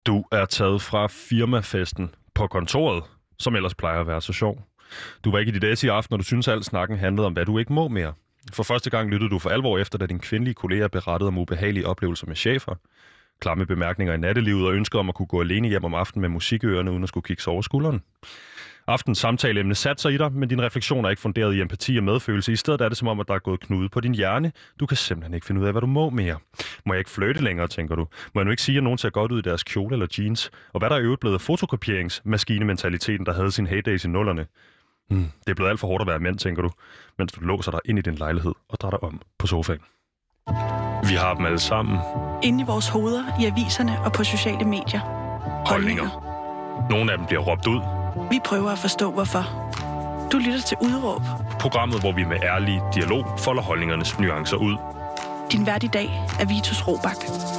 Du er taget fra firmafesten på kontoret, som ellers plejer at være så sjov. Du var ikke i dit æs i aften, og du synes, al snakken handlede om, hvad du ikke må mere. For første gang lyttede du for alvor efter, da din kvindelige kollega berettede om ubehagelige oplevelser med chefer, klamme bemærkninger i nattelivet og ønsker om at kunne gå alene hjem om aftenen med musikørerne, uden at skulle kigge sig over skulderen. Aftens samtaleemne satte sig i dig, men din refleksion er ikke funderet i empati og medfølelse. I stedet er det som om, at der er gået knude på din hjerne. Du kan simpelthen ikke finde ud af, hvad du må mere. Må jeg ikke flirte længere, tænker du? Må jeg nu ikke sige, at nogen ser godt ud i deres kjole eller jeans? Og hvad der er i øvrigt blevet af fotokopieringsmaskinementaliteten, der havde sin heydays i nullerne? Det er blevet alt for hårdt at være mænd, tænker du, mens du låser dig ind i din lejlighed og drejer dig om på sofaen. Vi har dem alle sammen. Inde i vores hoveder, i aviserne og på sociale medier. Holdninger. Nogle af dem bliver råbt ud. Vi prøver at forstå, hvorfor. Du lytter til Udråb. Programmet, hvor vi med ærlig dialog folder holdningernes nuancer ud. Din vært i dag er Vitus Robak.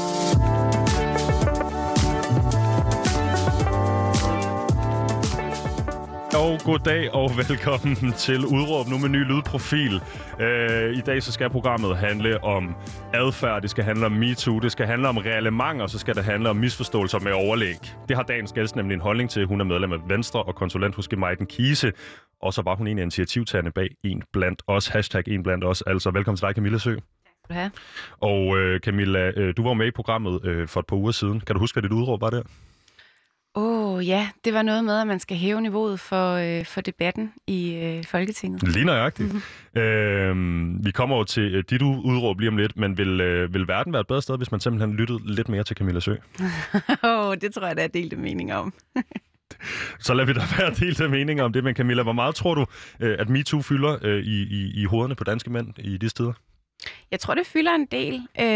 Og goddag og velkommen til Udråb, nu med ny lydprofil. I dag så skal programmet handle om adfærd, det skal handle om MeToo, det skal handle om reglementer, og så skal det handle om misforståelser med overlæg. Det har dagens gæst nemlig en holdning til. Hun er medlem af Venstre og konsulent hos Gemeinden Kise. Og så var hun en af initiativtagerne bag En Blandt Os, hashtag En Blandt Os. Altså velkommen til dig, Camilla Sø. Du have. Og Camilla, du var med i programmet for et par uger siden. Kan du huske, hvad dit udråb var der? Ja, det var noget med, at man skal hæve niveauet for debatten i Folketinget. Lige nøjagtigt. Vi kommer over til dit udråb lige om lidt, men vil verden være et bedre sted, hvis man simpelthen lyttede lidt mere til Camilla Sø? Det tror jeg, der er delte meninger om. Så lad vi da være delte meninger om det, men Camilla, hvor meget tror du, at MeToo fylder i hovederne på danske mænd i de steder? Jeg tror, det fylder en del,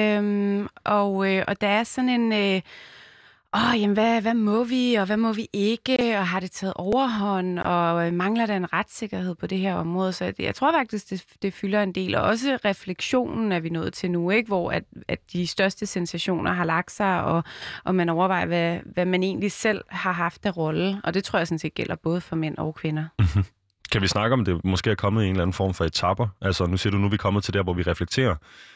og der er sådan en... jamen, hvad må vi, og hvad må vi ikke, og har det taget overhånd, og mangler der en retssikkerhed på det her område? Så jeg tror faktisk, det fylder en del, og også refleksionen er vi nået til nu, ikke? Hvor at de største sensationer har lagt sig, og man overvejer, hvad man egentlig selv har haft af rolle, og det tror jeg sådan set gælder både for mænd og kvinder. Kan vi snakke om det måske er kommet i en eller anden form for etapper? Altså, nu siger du, nu er vi kommet til der, hvor vi reflekterer.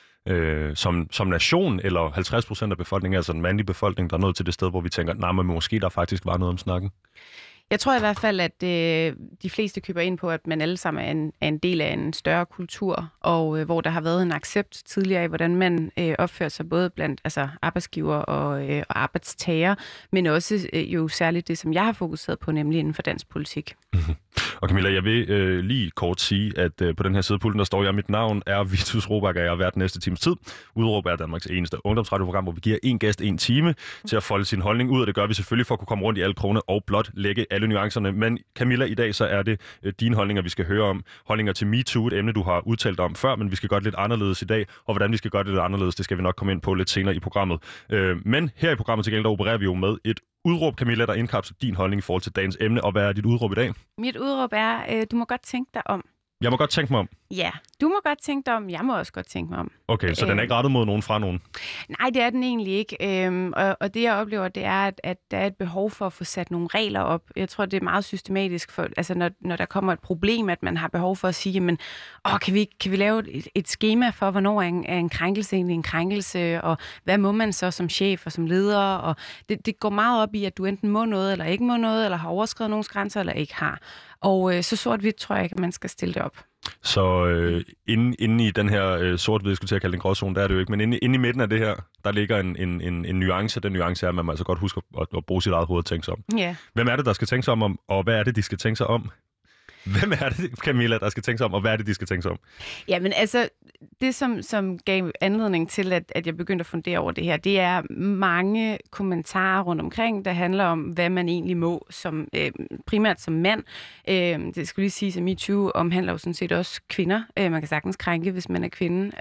Som nation, eller 50% af befolkningen, altså den mandlige befolkning, der er nået til det sted, hvor vi tænker, nej, men måske der faktisk var noget om snakken? Jeg tror i hvert fald, at de fleste køber ind på, at man alle sammen er en del af en større kultur, og hvor der har været en accept tidligere af, hvordan man opfører sig både blandt arbejdsgiver og arbejdstager, men også jo særligt det, som jeg har fokuseret på, nemlig inden for dansk politik. Og Camilla, jeg vil lige kort sige, at på den her sidepulten, der står jeg, mit navn er Vitus Robak, og jeg har været næste times tid. Udråb er Danmarks eneste ungdomsradioprogram, hvor vi giver en gæst en time til at folde sin holdning ud, og det gør vi selvfølgelig for at kunne komme rundt i alle krone og blot lægge alle nuancerne. Men Camilla, i dag så er det dine holdninger, vi skal høre om. Holdninger til MeToo, et emne, du har udtalt om før, men vi skal gøre det lidt anderledes i dag, og hvordan vi skal gøre det lidt anderledes, det skal vi nok komme ind på lidt senere i programmet. Men her i programmet til gengæld, der opererer vi jo med et udråb, Camilla, der indkapsler din holdning i forhold til dagens emne. Og hvad er dit udråb i dag? Mit udråb er, du må godt tænke dig om. Jeg må godt tænke mig om? Ja, du må godt tænke dig om. Jeg må også godt tænke mig om. Okay, så den er ikke rettet mod nogen fra nogen? Nej, det er den egentlig ikke. Og det, jeg oplever, det er, at der er et behov for at få sat nogle regler op. Jeg tror, det er meget systematisk, når der kommer et problem, at man har behov for at sige, jamen, kan vi lave et skema for, hvornår er en krænkelse egentlig en krænkelse, og hvad må man så som chef og som leder? Og det går meget op i, at du enten må noget, eller ikke må noget, eller har overskrevet nogens grænser, eller ikke har. Og så sort-hvidt tror jeg ikke, at man skal stille det op. Så inde i den her sort-hvid, skulle jeg kalde den gråzone, der er det jo ikke, men inde i midten af det her, der ligger en nuance. Den nuance er, at man altså godt husker at bruge sit eget hoved og tænke sig om. Yeah. Hvem er det, der skal tænke sig om, og hvad er det, de skal tænke sig om? Hvem er det, Camilla, der skal tænke sig om, og hvad er det, de skal tænke sig om? Jamen altså, det som gav anledning til, at jeg begyndte at fundere over det her, det er mange kommentarer rundt omkring, der handler om, hvad man egentlig må, som primært som mand. Det skal lige sige, at MeToo omhandler jo sådan set også kvinder. Man kan sagtens krænke, hvis man er kvinde.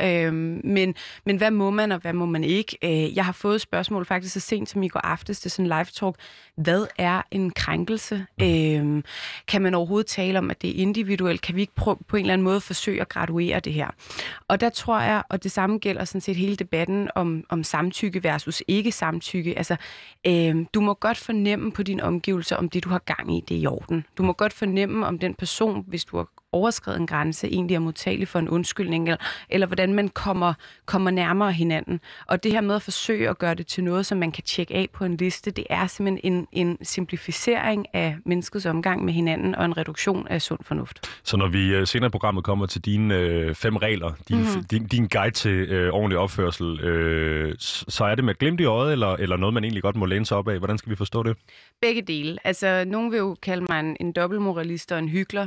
Men hvad må man, og hvad må man ikke? Jeg har fået spørgsmål faktisk så sent som i går aftes til sådan en live talk. Hvad er en krænkelse? Kan man overhovedet tale om, at det er individuelt? Kan vi ikke på en eller anden måde forsøge at graduere det her? Og der tror jeg, og det samme gælder sådan set hele debatten om samtykke versus ikke samtykke. Altså, du må godt fornemme på dine omgivelser, om det, du har gang i, det er i orden. Du må godt fornemme, om den person, hvis du har overskredet en grænse, egentlig er modtagelig for en undskyldning, eller hvordan man kommer nærmere hinanden. Og det her med at forsøge at gøre det til noget, som man kan tjekke af på en liste, det er simpelthen en simplificering af menneskets omgang med hinanden og en reduktion af sund fornuft. Så når vi senere i programmet kommer til dine 5 regler, din guide til ordentlig opførsel, så er det med glimt i øjet, eller noget, man egentlig godt må læne sig op af? Hvordan skal vi forstå det? Begge dele. Altså, nogen vil jo kalde mig en dobbeltmoralist og en hykler.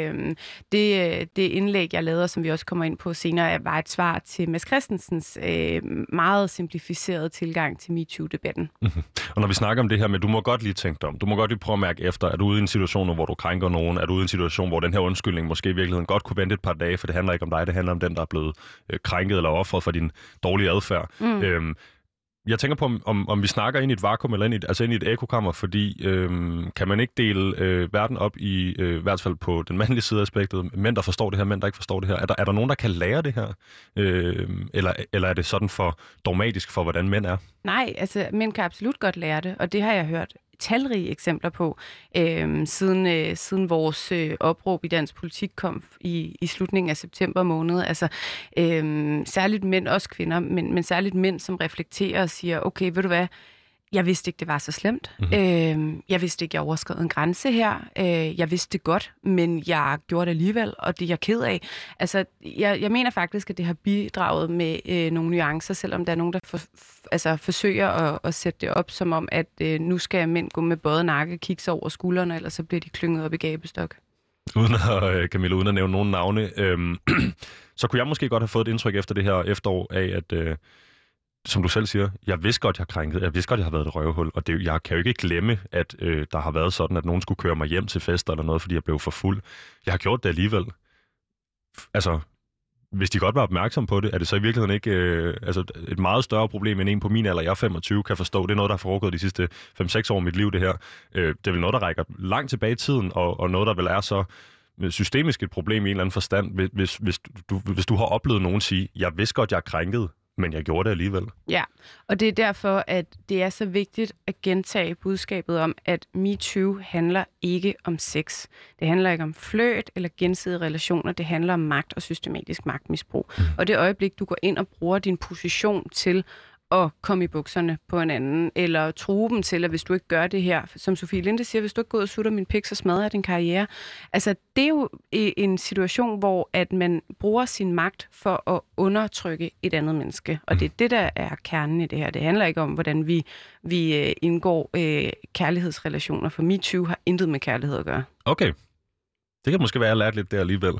Det indlæg, jeg lavede, som vi også kommer ind på senere, var et svar til Mads Christensens meget simplificerede tilgang til MeToo-debatten. Og når vi snakker om det her med, du må godt lige tænke dig om, du må godt lige prøve at mærke efter, er du ude i en situation, hvor du krænker nogen, er du ude i en situation, hvor den her undskyldning måske i virkeligheden godt kunne vente et par dage, for det handler ikke om dig, det handler om den, der er blevet krænket eller offret for din dårlige adfærd. Jeg tænker på, om vi snakker ind i et vakuum eller ind i et ekokammer, fordi kan man ikke dele verden op i hvert fald på den mandlige side af aspektet, mænd, der forstår det her, mænd, der ikke forstår det her. Er der nogen, der kan lære det her? Eller er det sådan for dogmatisk for, hvordan mænd er? Nej, altså mænd kan absolut godt lære det, og det har jeg hørt talrige eksempler på, siden vores opråb i dansk politik kom i slutningen af september måned. Altså særligt mænd, også kvinder, men særligt mænd, som reflekterer og siger, okay, ved du hvad, jeg vidste ikke, det var så slemt. Jeg vidste ikke, jeg overskred en grænse her. Jeg vidste det godt, men jeg gjorde det alligevel, og det er jeg ked af. Altså, jeg mener faktisk, at det har bidraget med nogle nuancer, selvom der er nogen, der forsøger at sætte det op, som om, at nu skal mænd gå med bøjet nakke, kigge sig over skuldrene, eller så bliver de klynget op i gabestok. Camilla, uden at nævne nogen navne, så kunne jeg måske godt have fået et indtryk efter det her efterår af, at som du selv siger, jeg vidste godt, jeg har krænket. Jeg vidste godt, jeg har været et røvhul. Og jeg kan jo ikke glemme, at der har været sådan, at nogen skulle køre mig hjem til fester eller noget, fordi jeg blev for fuld. Jeg har gjort det alligevel. Altså, hvis de godt var opmærksom på det, er det så i virkeligheden ikke et meget større problem, end en på min alder, jeg er 25, kan forstå. Det er noget, der har foregået de sidste 5-6 år af mit liv, det her. Det er vel noget, der rækker langt tilbage i tiden, og noget, der vel er så systemisk et problem i en eller anden forstand, hvis du har oplevet nogen sige, jeg vidste godt, jeg er krænket, men jeg gjorde det alligevel. Ja, og det er derfor, at det er så vigtigt at gentage budskabet om, at MeToo handler ikke om sex. Det handler ikke om flirt eller gensidige relationer. Det handler om magt og systematisk magtmisbrug. Og det øjeblik, du går ind og bruger din position til at komme i bukserne på en anden, eller true dem til, at hvis du ikke gør det her, som Sofie Linde siger, hvis du ikke går ud og sutter min pik, så smadrer jeg din karriere. Altså, det er jo en situation, hvor at man bruger sin magt for at undertrykke et andet menneske. Og det er det, der er kernen i det her. Det handler ikke om, hvordan vi indgår kærlighedsrelationer, for MeToo har intet med kærlighed at gøre. Okay. Det kan måske være, at jeg lærte lidt der alligevel.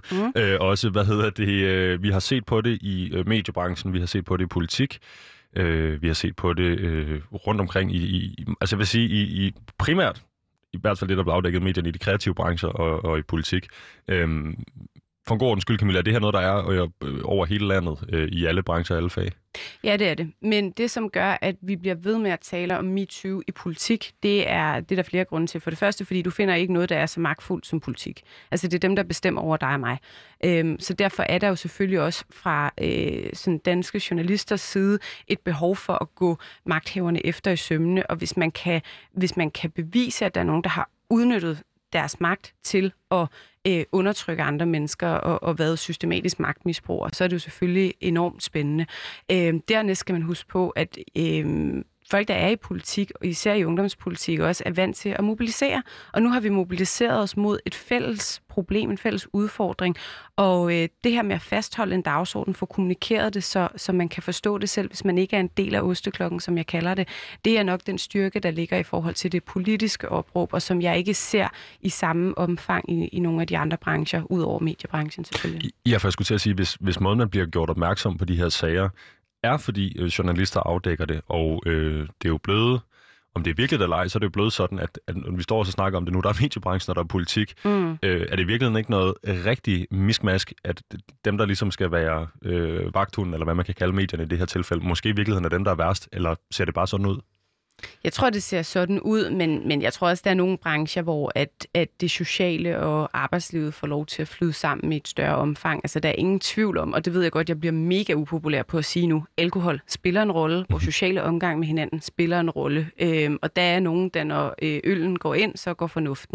Også, vi har set på det i mediebranchen, vi har set på det i politik, vi har set på det rundt omkring altså jeg vil sige, i primært, i hvert fald det, der blev afdækket i medierne, i de kreative brancher og i politik. For en god ordens skyld, Camilla, er det her noget, der er over hele landet, i alle brancher og alle fag? Ja, det er det. Men det, som gør, at vi bliver ved med at tale om MeToo i politik, det er der flere grunde til. For det første, fordi du finder ikke noget, der er så magtfuldt som politik. Altså, det er dem, der bestemmer over dig og mig. Så derfor er der jo selvfølgelig også fra sådan danske journalisters side et behov for at gå magthaverne efter i sømmene. Og hvis man kan bevise, at der er nogen, der har udnyttet deres magt til at undertrykke andre mennesker og været systematisk magtmisbrug, så er det jo selvfølgelig enormt spændende. Dernæst skal man huske på, at folk, der er i politik, og især i ungdomspolitik også, er vant til at mobilisere. Og nu har vi mobiliseret os mod et fælles problem, en fælles udfordring. Og det her med at fastholde en dagsorden, få kommunikeret det, så man kan forstå det selv, hvis man ikke er en del af osteklokken, som jeg kalder det, det er nok den styrke, der ligger i forhold til det politiske opråb, og som jeg ikke ser i samme omfang i nogle af de andre brancher, ud over mediebranchen selvfølgelig. Ja, for jeg skulle til at sige, hvis måden man bliver gjort opmærksom på de her sager, er fordi journalister afdækker det, og det er jo blevet, om det er virkelig eller ej, så er det jo blevet sådan, at når vi står og snakker om det nu, der er mediebranchen, og der er politik, er det virkelig ikke noget rigtig miskmask, at dem, der ligesom skal være vagthunden, eller hvad man kan kalde medierne i det her tilfælde, måske i virkeligheden er dem, der er værst, eller ser det bare sådan ud? Jeg tror, det ser sådan ud, men jeg tror også, der er nogle brancher, hvor at det sociale og arbejdslivet får lov til at flyde sammen i et større omfang. Altså, der er ingen tvivl om, og det ved jeg godt, jeg bliver mega upopulær på at sige nu, alkohol spiller en rolle, vores sociale omgang med hinanden spiller en rolle. Og der er nogen, der når øllen går ind, så går fornuften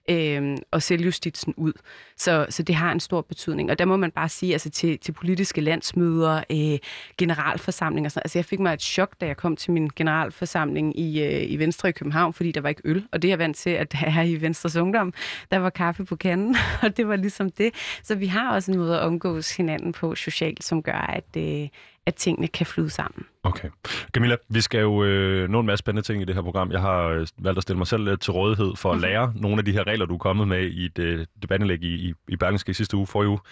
og selvjustitsen ud. Så det har en stor betydning. Og der må man bare sige, altså til politiske landsmøder, generalforsamlinger og sådan. Altså jeg fik mig et chok, da jeg kom til min generalforsamling i Venstre i København, fordi der var ikke øl. Og det er jeg vant til, at der er i Venstres Ungdom, der var kaffe på kanden, og det var ligesom det. Så vi har også en måde at omgås hinanden på socialt, som gør, at tingene kan flyde sammen. Okay. Camilla, vi skal jo nå en masse spændende ting i det her program. Jeg har valgt at stille mig selv til rådighed for at lære nogle af de her regler, du er kommet med i et debatindlæg i Berlingske i sidste uge,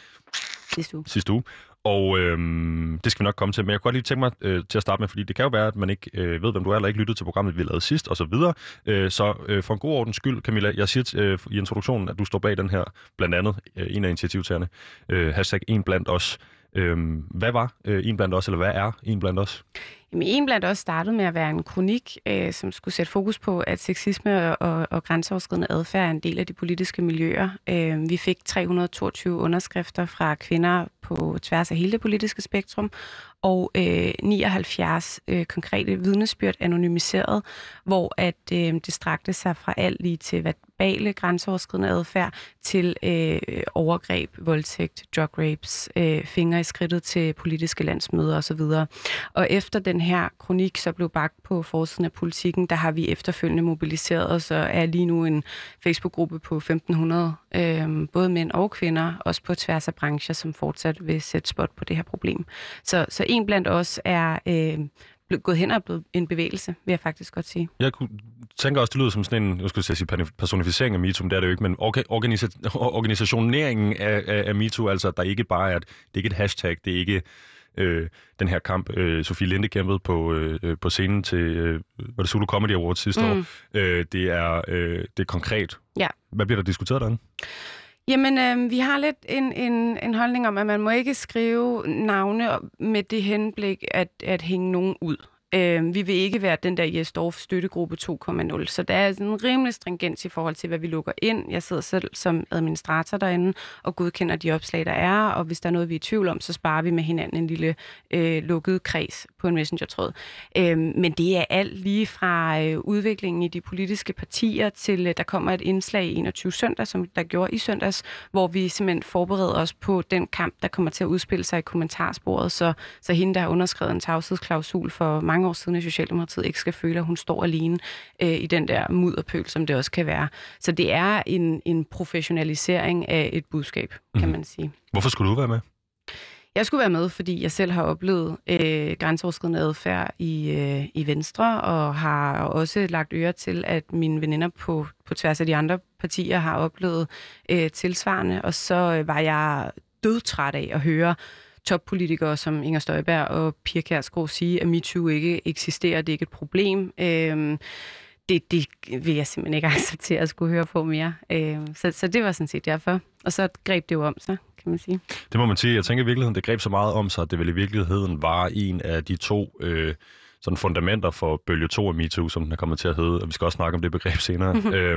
sidste uge. Og det skal vi nok komme til, men jeg kunne godt lige tænke mig til at starte med, fordi det kan jo være, at man ikke ved, hvem du er, eller ikke lyttede til programmet, vi lavede sidst, og så videre. Så for en god ordens skyld, Camilla, jeg siger i introduktionen, at du står bag den her, blandt andet en af initiativtagerne, #1blandt os. Hvad var En blandt os, eller hvad er En blandt os? Jamen, En blandt os startede med at være en kronik, som skulle sætte fokus på, at sexisme og grænseoverskridende adfærd er en del af de politiske miljøer. Vi fik 322 underskrifter fra kvinder på tværs af hele det politiske spektrum, og 79 konkrete vidnesbyrd anonymiseret, hvor at det strakte sig fra alt lige til verbale grænseoverskridende adfærd til overgreb, voldtægt, drug rapes, fingre i skridtet til politiske landsmøder osv. Og efter den her kronik så blev bagt på forsiden af Politikken, der har vi efterfølgende mobiliseret os og er lige nu en Facebook-gruppe på 1500, både mænd og kvinder, også på tværs af brancher, som fortsat vil sætte spot på det her problem. Så En blandt os er gået hen og blevet en bevægelse, vil jeg faktisk godt sige. Jeg tænker også, det lyder som sådan en, jeg skulle sige personificering af MeToo, men det er det jo ikke, men organisationeringen af MeToo, altså der ikke bare er, det er ikke et hashtag, det er ikke den her kamp, Sofie Linde kæmpede på scenen til var det Zulu Comedy Awards sidste år. Det er konkret. Ja. Hvad bliver der diskuteret derinde? Jamen, vi har lidt en holdning om, at man må ikke skrive navne med det henblik at hænge nogen ud. Vi vil ikke være den der Jes Dorf støttegruppe 2.0, så der er sådan en rimelig stringens i forhold til, hvad vi lukker ind. Jeg sidder selv som administrator derinde og godkender de opslag, der er, og hvis der er noget, vi er i tvivl om, så sparer vi med hinanden en lille lukket kreds på en messenger-tråd. Men det er alt lige fra udviklingen i de politiske partier til, der kommer et indslag i 21 søndag, som der gjorde i søndags, hvor vi simpelthen forbereder os på den kamp, der kommer til at udspille sig i kommentarsporet, så hende, der har underskrevet en tavshedsklausul for mange år siden i Socialdemokratiet, ikke skal føle, at hun står alene i den der mudderpøl, som det også kan være. Så det er en professionalisering af et budskab, kan man sige. Hvorfor skulle du være med? Jeg skulle være med, fordi jeg selv har oplevet grænseoverskridende adfærd i Venstre, og har også lagt øre til, at mine veninder på tværs af de andre partier har oplevet tilsvarende, og så var jeg dødtræt af at høre toppolitikere som Inger Støjberg og Pia Kjærsgaard sige, at MeToo ikke eksisterer, det er ikke et problem. Det vil jeg simpelthen ikke acceptere at skulle høre på mere. Så det var sådan set derfor. Og så greb det jo om sig, kan man sige. Det må man sige. Jeg tænker i virkeligheden, det greb så meget om sig, at det vel i virkeligheden var en af de to sådan fundamenter for bølge 2 af MeToo, som den er kommet til at hedde. Og vi skal også snakke om det begreb senere.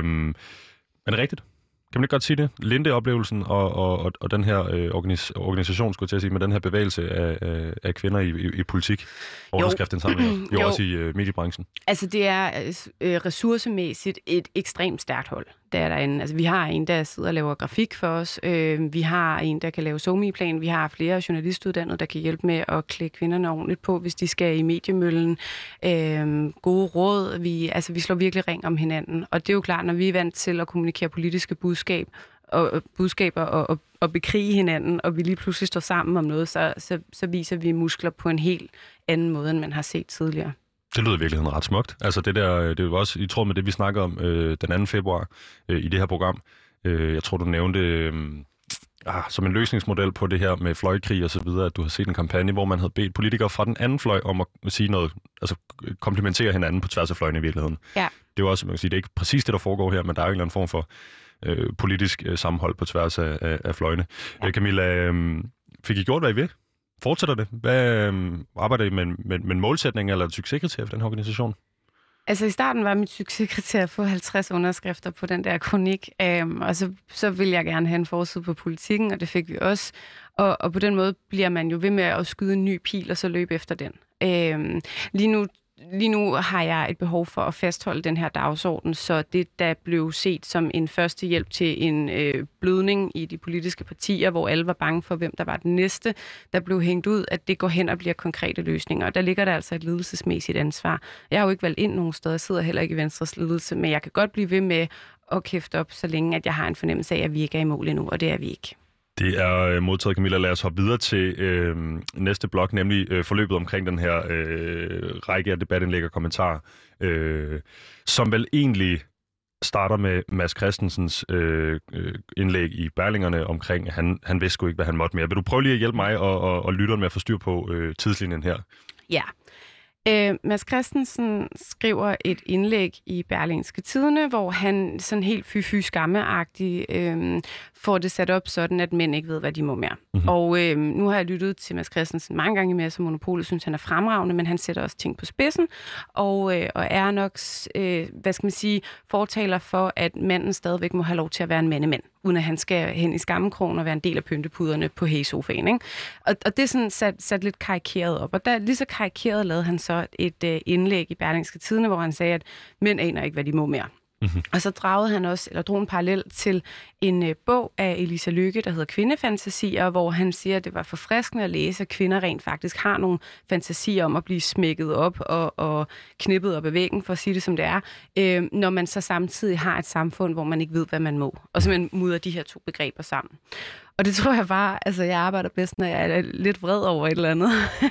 Er det rigtigt? Kan man ikke godt sige det? Linde-oplevelsen og den her organisation, skulle jeg til at sige, med den her bevægelse af kvinder i politik, overskriften sammen, jo også i mediebranchen. Altså det er ressourcemæssigt et ekstremt stærkt hold, der er derinde. Altså vi har en, der sidder og laver grafik for os. Vi har en, der kan lave SoMe-plan. Vi har flere journalistuddannede, der kan hjælpe med at klæde kvinderne ordentligt på, hvis de skal i mediemøllen. Gode råd. Vi slår virkelig ring om hinanden. Og det er jo klart, når vi er vant til at kommunikere politiske budskaber og bekrige hinanden, og vi lige pludselig står sammen om noget, så viser vi muskler på en helt anden måde, end man har set tidligere. Det lyder i virkeligheden ret smukt. Altså det er også i tråd med det, vi snakker om den 2. februar i det her program. Jeg tror, du nævnte som en løsningsmodel på det her med fløjkrig og så videre, at du har set en kampagne, hvor man havde bedt politikere fra den anden fløj om at sige noget, altså komplementere hinanden på tværs af fløjene i virkeligheden. Ja. Det er jo også, man kan sige, det er ikke præcis det, der foregår her, men der er jo en eller anden form for politisk sammenhold på tværs af fløjene. Ja. Camilla, fik I gjort, hvad I vil? Fortsætter det? Hvad arbejder I med en målsætning eller et succeskriterie for den her organisation? Altså i starten var mit succeskriterie at få 50 underskrifter på den der kronik, og så ville jeg gerne have en forside på Politikken, og det fik vi også. Og på den måde bliver man jo ved med at skyde en ny pil, og så løbe efter den. Lige nu lige nu har jeg et behov for at fastholde den her dagsorden, så det, der blev set som en første hjælp til en blødning i de politiske partier, hvor alle var bange for, hvem der var den næste, der blev hængt ud, at det går hen og bliver konkrete løsninger. Og der ligger der altså et ledelsesmæssigt ansvar. Jeg har jo ikke valgt ind nogen steder, jeg sidder heller ikke i Venstres ledelse, men jeg kan godt blive ved med at kæfte op, så længe at jeg har en fornemmelse af, at vi ikke er i mål endnu, og det er vi ikke. Det er modtaget, Camilla. Lad os hoppe videre til næste blok, nemlig forløbet omkring den her række af debatindlæg og kommentarer, som vel egentlig starter med Mads Christensens indlæg i Berlingerne omkring, at han vidste sgu ikke, hvad han måtte mere. Vil du prøve lige at hjælpe mig og lytteren med at få styr på tidslinjen her? Ja. Mads Christensen skriver et indlæg i Berlingske Tidende, hvor han sådan helt fy skammeagtigt får det sat op sådan, at mænd ikke ved, hvad de må mere. Mm-hmm. Og nu har jeg lyttet til Mads Christensen mange gange mere, som Monopolet synes, han er fremragende, men han sætter også ting på spidsen, og er nok, fortaler for, at manden stadigvæk må have lov til at være en mandemand, uden at han skal hen i skammekrogen og være en del af pyntepuderne på hægesofaen, ikke? Og det er sådan sat lidt karikeret op. Og der lige så karikeret lavede han så et indlæg i Berlingske Tidende, hvor han sagde, at mænd aner ikke, hvad de må mere. Mm-hmm. Og så drog en parallel til en bog af Elisa Lykke, der hedder Kvindefantasier, hvor han siger, at det var forfriskende at læse, at kvinder rent faktisk har nogle fantasier om at blive smækket op og knippet op ad væggen, for at sige det som det er, når man så samtidig har et samfund, hvor man ikke ved, hvad man må. Og så man mudder de her to begreber sammen. Og det tror jeg bare, altså jeg arbejder bedst, når jeg er lidt vred over et eller andet.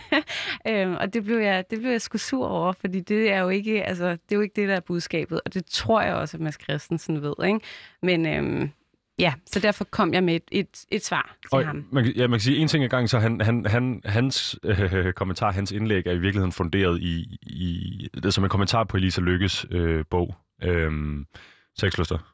Og det blev jeg sgu sur over, fordi det er jo ikke, altså det er jo ikke det, der er budskabet. Og det tror jeg også, at Mads Christensen ved, ikke? Men ja, så derfor kom jeg med et svar til ham. Man kan sige en ting ad gangen, så hans kommentar, hans indlæg er i virkeligheden funderet i det som en kommentar på Elisa Lykkes bog, Sexlyster.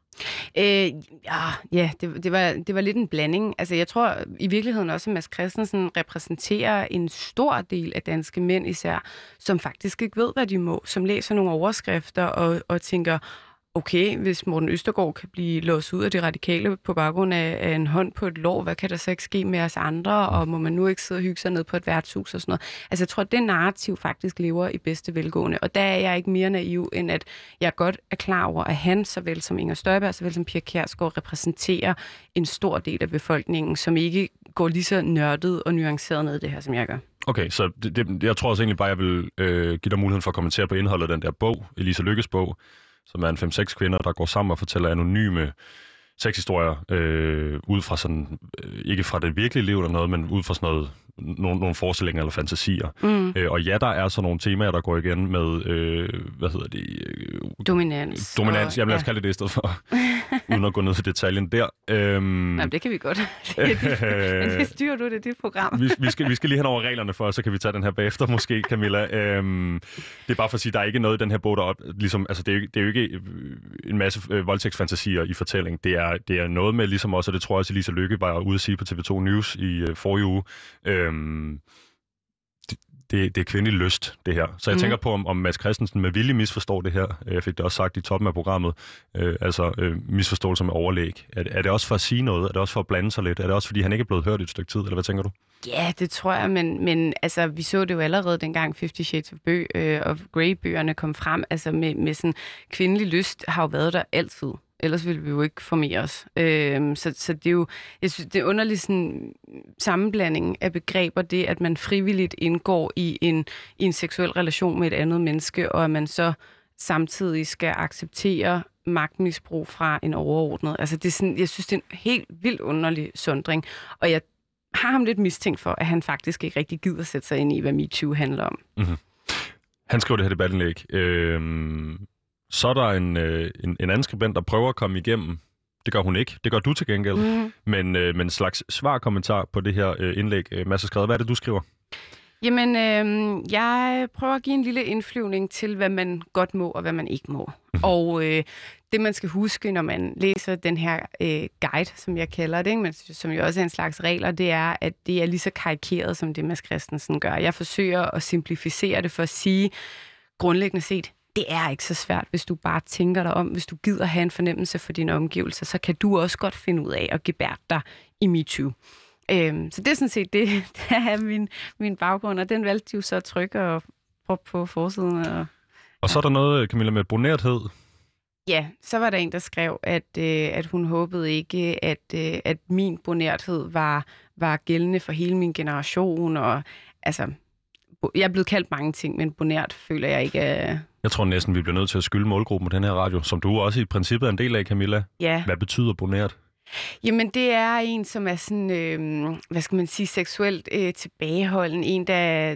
Det var lidt en blanding. Altså, jeg tror i virkeligheden også, at Mads Christensen repræsenterer en stor del af danske mænd især, som faktisk ikke ved, hvad de må, som læser nogle overskrifter og tænker, okay, hvis Morten Østergaard kan blive låst ud af de radikale på baggrund af en hånd på et lår, hvad kan der så ikke ske med os andre, og må man nu ikke sidde og hygge sig ned på et værtshus og sådan noget. Altså, jeg tror, at det narrativ faktisk lever i bedste velgående, og der er jeg ikke mere naiv, end at jeg godt er klar over, at han, såvel som Inger Støjberg, såvel som Pia Kjærsgaard, repræsenterer en stor del af befolkningen, som ikke går lige så nørdet og nuanceret ned i det her, som jeg gør. Okay, så jeg tror også egentlig bare, jeg vil give dig muligheden for at kommentere på indholdet af den der bog, Elisa Lykkes bog, som er en 5-6 kvinder, der går sammen og fortæller anonyme sexhistorier ud fra sådan, ikke fra det virkelige liv eller noget, men ud fra sådan noget, nogle forestillinger eller fantasier. Og ja, der er så nogle temaer, der går igen med, Dominans. Dominans, jamen lad os kalde det i stedet for, uden at gå ned til detaljen der. Jamen, det kan vi godt. Men det styrer du, det er dit program. vi skal lige hen over reglerne for, så kan vi tage den her bagefter måske, Camilla. Det er bare for at sige, der er ikke noget i den her bog, der ligesom, altså det er jo ikke en masse voldtægtsfantasier i fortælling. Det er noget med ligesom også, og det tror jeg også, Elisa Lykke var ude at sige på TV2 News i forrige uge, det er kvindelig lyst, det her. Så jeg tænker på, om Mads Christensen med vilje misforstår det her. Jeg fik det også sagt i toppen af programmet. Misforståelse med overlæg. Er det også for at sige noget? Er det også for at blande sig lidt? Er det også, fordi han ikke er blevet hørt et stykke tid? Eller hvad tænker du? Ja, det tror jeg, men altså, vi så det jo allerede dengang 50 Shades of Grey-bøgerne kom frem. Altså med sådan kvindelig lyst har jo været der altid. Ellers ville vi jo ikke formere os. Så det er jo, jeg synes, det er underlig sådan sammenblanding af begreber, det at man frivilligt indgår i en seksuel relation med et andet menneske, og at man så samtidig skal acceptere magtmisbrug fra en overordnet. Altså det er sådan, jeg synes, det er en helt vildt underlig sondring, og jeg har ham lidt mistænkt for, at han faktisk ikke rigtig gider sætte sig ind i, hvad MeToo handler om. Mm-hmm. Han skrev det her debatindlæg. Så er der en anden skribent, der prøver at komme igennem. Det gør hun ikke. Det gør du til gengæld. Mm-hmm. Men en slags svarkommentar på det her indlæg. Mads har skrevet. Hvad er det, du skriver? Jamen, jeg prøver at give en lille indflyvning til, hvad man godt må og hvad man ikke må. Mm-hmm. Og det, man skal huske, når man læser den her guide, som jeg kalder det, men som jo også er en slags regler, det er, at det er lige så karikeret, som det Mads Christensen gør. Jeg forsøger at simplificere det for at sige, grundlæggende set, det er ikke så svært, hvis du bare tænker dig om, hvis du gider have en fornemmelse for dine omgivelser, så kan du også godt finde ud af at gebærde dig i MeToo. Så det er sådan set det er min baggrund, og den valgte de jo så at trykke, og prop på forsiden. Og så er der noget, Camilla, med bonerthed. Ja, så var der en, der skrev, at hun håbede ikke, at min bonerthed var gældende for hele min generation. Og altså, jeg er blevet kaldt mange ting, men bonert føler jeg ikke. Jeg tror næsten, vi bliver nødt til at skylde målgruppen på den her radio, som du også i princippet er en del af, Camilla. Ja. Hvad betyder bonert? Jamen, det er en, som er sådan, hvad skal man sige, seksuelt tilbageholden. En, der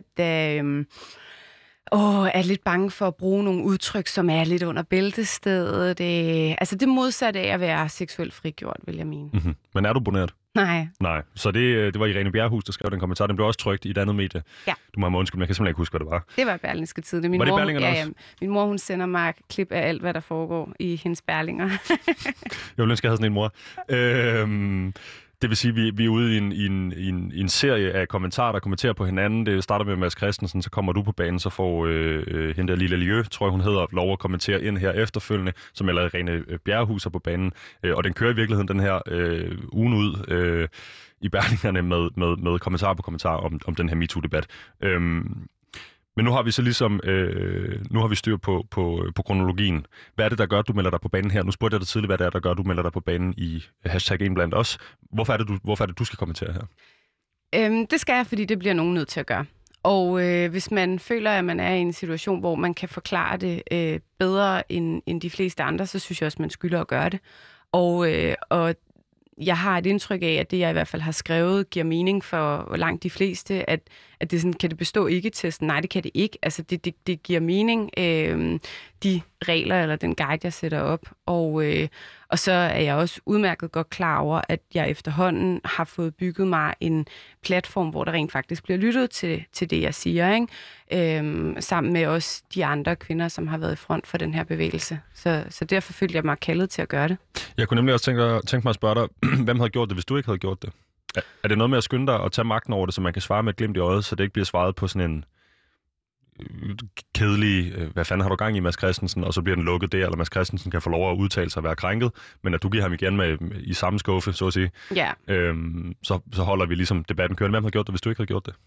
er lidt bange for at bruge nogle udtryk, som er lidt under bæltestedet. Altså det modsatte af at være seksuelt frigjort, vil jeg mene. Mm-hmm. Men er du bonert? Nej. Nej, så det var Irene Bjerrehus, der skrev den kommentar. Den blev også trykt i et andet medie. Ja. Du må have undskyldt, men jeg kan simpelthen ikke huske, hvad det var. Det var Berlingske Tidende. Var det Berlingerne også? Min mor, hun sender mig klip af alt, hvad der foregår i hendes Berlinger. Jeg ville ønske, jeg havde sådan en mor. Det vil sige, at vi er ude i en serie af kommentarer, der kommenterer på hinanden. Det starter med Mads Christensen, så kommer du på banen, så får hende der Lille Lieu, tror jeg hun hedder, lov at kommentere ind her efterfølgende, som eller Irene Bjerrehus på banen. Og den kører i virkeligheden den her ugen ud i Berlingerne med kommentar på kommentar om den her MeToo-debat. Men nu har vi så ligesom, nu har vi styr på kronologien. Hvad er det, der gør, at du melder dig på banen her? Nu spurgte jeg dig tidligere, hvad det er, der gør, at du melder dig på banen i #1blandt os. Hvorfor er det, du skal kommentere her? Det skal jeg, fordi det bliver nogen nødt til at gøre. Og hvis man føler, at man er i en situation, hvor man kan forklare det bedre end de fleste andre, så synes jeg også, man skylder at gøre det. Og jeg har et indtryk af, at det, jeg i hvert fald har skrevet, giver mening for langt de fleste, at det sådan, kan det bestå ikke-testen? Nej, det kan det ikke. Altså, det giver mening, de regler eller den guide, jeg sætter op. Og så er jeg også udmærket godt klar over, at jeg efterhånden har fået bygget mig en platform, hvor der rent faktisk bliver lyttet til det, jeg siger, ikke? Sammen med også de andre kvinder, som har været i front for den her bevægelse. Så derfor følte jeg mig kaldet til at gøre det. Jeg kunne nemlig også tænke mig at spørge dig, hvem havde gjort det, hvis du ikke havde gjort det? Er det noget med at skynde dig og tage magten over det, så man kan svare med et glimt i øjet, så det ikke bliver svaret på sådan en kedelig, hvad fanden har du gang i, Mads Christensen, og så bliver den lukket der, eller Mads Christensen kan få lov at udtale sig og være krænket, men at du giver ham igen med i samme skuffe, så at sige, så holder vi ligesom debatten kørende. Hvem har gjort det, hvis du ikke havde gjort det?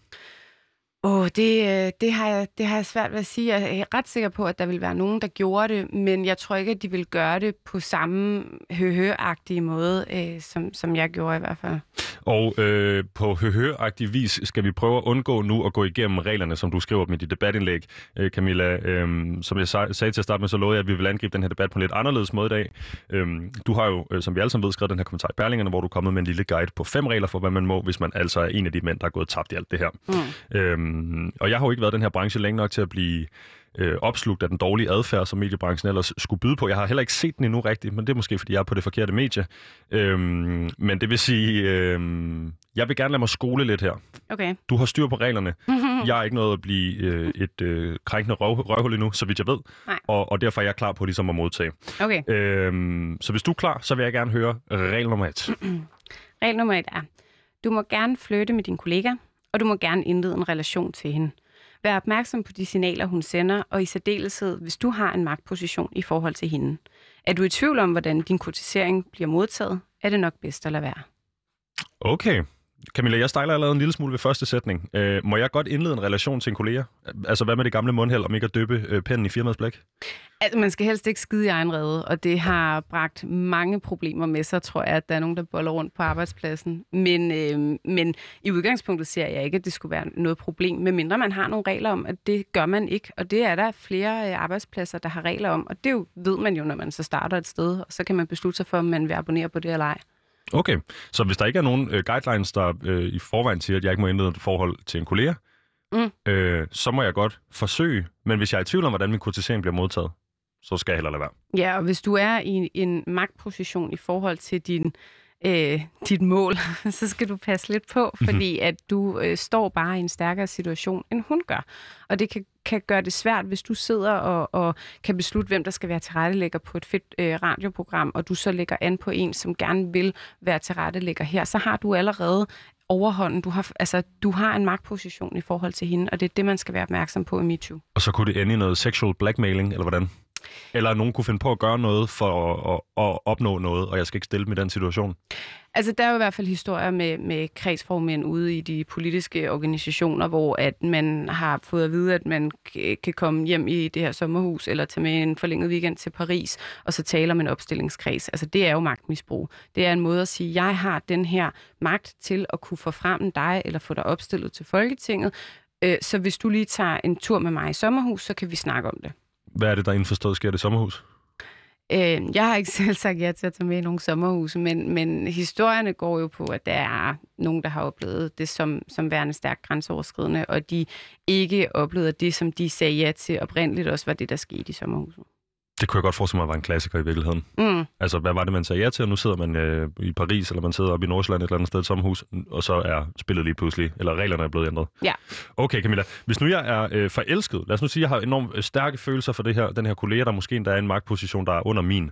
Det har jeg svært ved at sige. Jeg er ret sikker på, at der vil være nogen, der gjorde det, men jeg tror ikke, at de vil gøre det på samme høhø-agtige måde, som jeg gjorde i hvert fald. Og på høhø-agtig vis skal vi prøve at undgå nu at gå igennem reglerne, som du skriver med dit debatindlæg, Camilla. Som jeg sagde til at starte med, så lovede jeg, at vi vil angribe den her debat på en lidt anderledes måde i dag. Du har jo, som vi alle sammen ved, skrevet den her kommentar i Berlingerne, hvor du er kommet med en lille guide på 5 regler for, hvad man må, hvis man altså er en af de mænd, der er gået tabt i alt det her. Og jeg har jo ikke været i den her branche længe nok til at blive opslugt af den dårlige adfærd, som mediebranchen ellers skulle byde på. Jeg har heller ikke set den endnu rigtigt, men det er måske, fordi jeg er på det forkerte medie. Men det vil sige, jeg vil gerne lade mig skole lidt her. Okay. Du har styr på reglerne. Jeg er ikke nået at blive et krænkende røvhul endnu, så vidt jeg ved. Og derfor er jeg klar på ligesom at modtage. Okay. Så hvis du er klar, så vil jeg gerne høre regel nummer 1. Regel nummer 1 er, du må gerne flytte med din kollega, og du må gerne indlede en relation til hende. Vær opmærksom på de signaler, hun sender, og i særdeleshed, hvis du har en magtposition i forhold til hende. Er du i tvivl om, hvordan din kortisering bliver modtaget, er det nok bedst at lade være. Okay. Camilla, jeg stejler allerede en lille smule ved første sætning. Må jeg godt indlede en relation til en kollega? Altså, hvad med det gamle mundheld om ikke at dyppe pennen i firmaets blæk? Altså, man skal helst ikke skide i egen rede, og det har bragt mange problemer med sig, tror jeg, at der er nogen, der boller rundt på arbejdspladsen. Men i udgangspunktet ser jeg ikke, at det skulle være noget problem, medmindre man har nogle regler om, at det gør man ikke. Og det er der flere arbejdspladser, der har regler om, og det ved man jo, når man så starter et sted, og så kan man beslutte sig for, om man vil abonnere på det eller ej. Okay, så hvis der ikke er nogen guidelines, der i forvejen siger, at jeg ikke må indlede et forhold til en kollega, så må jeg godt forsøge. Men hvis jeg er i tvivl om, hvordan min kortisering bliver modtaget, så skal jeg heller lade være. Ja, og hvis du er i en magtposition i forhold til dit mål, så skal du passe lidt på, fordi at du står bare i en stærkere situation, end hun gør. Og det kan gøre det svært, hvis du sidder og kan beslutte, hvem der skal være tilrettelægger på et fedt radioprogram, og du så lægger an på en, som gerne vil være tilrettelægger her, så har du allerede overhånden. Du har en magtposition i forhold til hende, og det er det, man skal være opmærksom på i MeToo. Og så kunne det ende i noget sexual blackmailing, eller hvordan? Eller nogen kunne finde på at gøre noget for at opnå noget, og jeg skal ikke stille dem i den situation? Altså, der er jo i hvert fald historier med kredsformænd ude i de politiske organisationer, hvor at man har fået at vide, at man kan komme hjem i det her sommerhus, eller tage med en forlænget weekend til Paris, og så tale om en opstillingskreds. Altså, det er jo magtmisbrug. Det er en måde at sige, jeg har den her magt til at kunne forfremme dig, eller få dig opstillet til Folketinget. Så hvis du lige tager en tur med mig i sommerhus, så kan vi snakke om det. Hvad er det, der indforstået sker i det sommerhus? Jeg har ikke selv sagt ja til at tage med i nogle sommerhuse, men historierne går jo på, at der er nogen, der har oplevet det som værende stærkt grænseoverskridende, og de ikke oplevede det, som de sagde ja til oprindeligt, også var det, der skete i sommerhuset. Det kunne jeg godt forestille mig var en klassiker i virkeligheden. Altså, hvad var det, man sagde ja til, og nu sidder man i Paris, eller man sidder oppe i Nordsjælland et eller andet sted i et sommerhus, og så er spillet lige pludselig, eller reglerne er blevet ændret. Ja. Okay, Camilla. Hvis nu jeg er forelsket, lad os nu sige, at jeg har enormt stærke følelser for den her kollega, der måske endda er en magtposition, der er under min.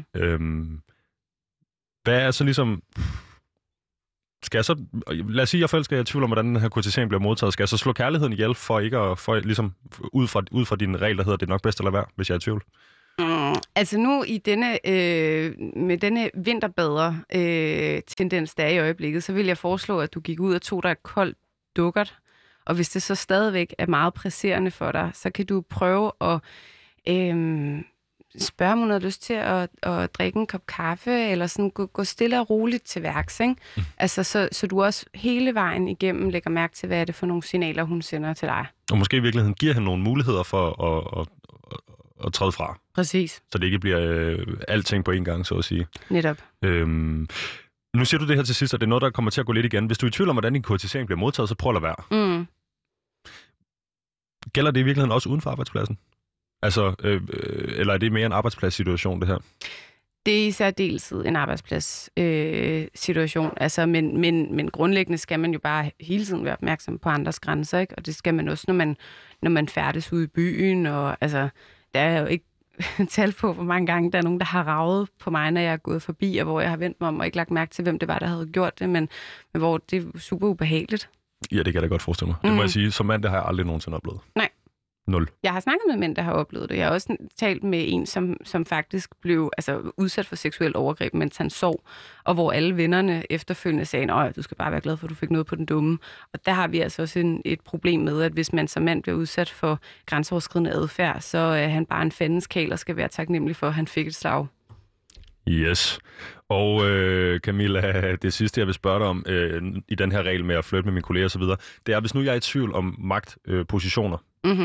Hvad er så ligesom... Skal jeg så... Lad os sige, at jeg forelsker, jeg er i tvivl om, hvordan den her kurtisering bliver modtaget. Skal jeg så slå kærligheden ihjel for ikke at... ligesom, ud fra din regel, der hedder, det er nok bedst at lade være, hvis jeg er i tvivl? Altså nu i med denne vinterbader-tendens, der er i øjeblikket, så vil jeg foreslå, at du gik ud og tog dig et koldt dukkert. Og hvis det så stadigvæk er meget presserende for dig, så kan du prøve at spørge, om hun har lyst til at drikke en kop kaffe, eller sådan gå stille og roligt til værks, ikke? Altså, så du også hele vejen igennem lægger mærke til, hvad er det for nogle signaler, hun sender til dig. Og måske i virkeligheden giver hende nogle muligheder for at træde fra. Præcis. Så det ikke bliver alting på en gang, så at sige. Netop. Nu siger du det her til sidst, at det er noget, der kommer til at gå lidt igen. Hvis du er i tvivl om, hvordan din kurtisering bliver modtaget, så prøv at lade være. Gælder det i virkeligheden også uden for arbejdspladsen? Altså, eller er det mere en arbejdspladssituation, det her? Det er i særdeleshed en arbejdspladssituation. Altså, men grundlæggende skal man jo bare hele tiden være opmærksom på andres grænser, ikke? Og det skal man også, når man færdes ude i byen. Og altså, der er jo ikke tal på, hvor mange gange der er nogen, der har raget på mig, når jeg er gået forbi, og hvor jeg har vendt mig om og ikke lagt mærke til, hvem det var, der havde gjort det, men hvor det er super ubehageligt. Ja, det kan jeg da godt forestille mig. Det må jeg sige, som mand, det har jeg aldrig nogensinde oplevet. Nej. 0. Jeg har snakket med mænd, der har oplevet det. Jeg har også talt med en, som faktisk blev udsat for seksuel overgreb, mens han sov, og hvor alle vennerne efterfølgende sagde, at du skal bare være glad for, at du fik noget på den dumme. Og der har vi altså også et problem med, at hvis man som mand bliver udsat for grænseoverskridende adfærd, så er han bare en fandens kæl og skal være taknemmelig for, at han fik et slag. Yes. Og Camilla, det sidste, jeg vil spørge dig om i den her regel med at flytte med mine kolleger osv., det er, hvis nu jeg er i tvivl om magtpositioner.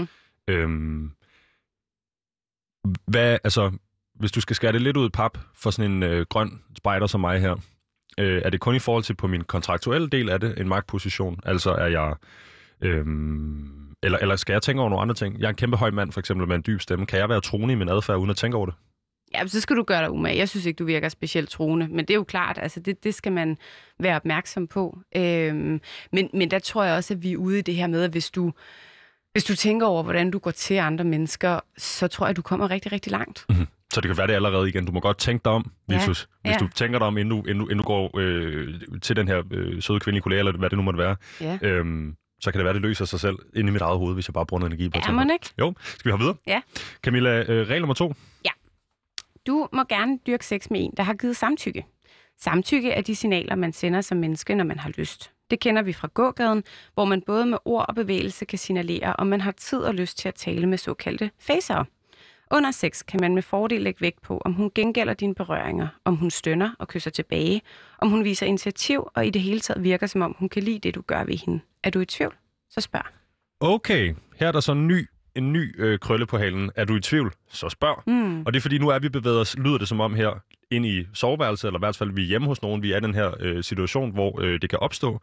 Hvis du skal skære det lidt ud i pap for sådan en grøn spejder som mig her, er det kun i forhold til på min kontraktuelle del af det en magtposition? Altså er jeg... Eller skal jeg tænke over nogle andre ting? Jeg er en kæmpe høj mand, for eksempel, med en dyb stemme. Kan jeg være troende i min adfærd, uden at tænke over det? Ja, så skal du gøre dig umage. Jeg synes ikke, du virker specielt troende, men det er jo klart, altså det skal man være opmærksom på. Men der tror jeg også, at vi er ude i det her med, at hvis du tænker over, hvordan du går til andre mennesker, så tror jeg, at du kommer rigtig, rigtig langt. Så det kan være det allerede igen. Du må godt tænke dig om, Vitus. Hvis du tænker dig om, inden du går til den her søde kvindelige kollega, eller hvad det nu måtte være, så kan det være, det løser sig selv inde i mit eget hoved, hvis jeg bare bruger noget energi på det. Ja, man ikke? Jo, skal vi have videre? Ja. Camilla, regel nummer 2. Ja. Du må gerne dyrke sex med en, der har givet samtykke. Samtykke er de signaler, man sender som menneske, når man har lyst. Det kender vi fra gågaden, hvor man både med ord og bevægelse kan signalere, om man har tid og lyst til at tale med såkaldte facere. Under sex kan man med fordel lægge vægt på, om hun gengælder dine berøringer, om hun stønner og kysser tilbage, om hun viser initiativ og i det hele taget virker, som om hun kan lide det, du gør ved hende. Er du i tvivl? Så spørg. Okay, her er der så en ny krølle på halen. Er du i tvivl? Så spørg. Og det er fordi, nu er vi bevæget os, lyder det som om her, ind i soveværelset, eller i hvert fald vi er hjemme hos nogen. Vi er i den her situation, hvor det kan opstå.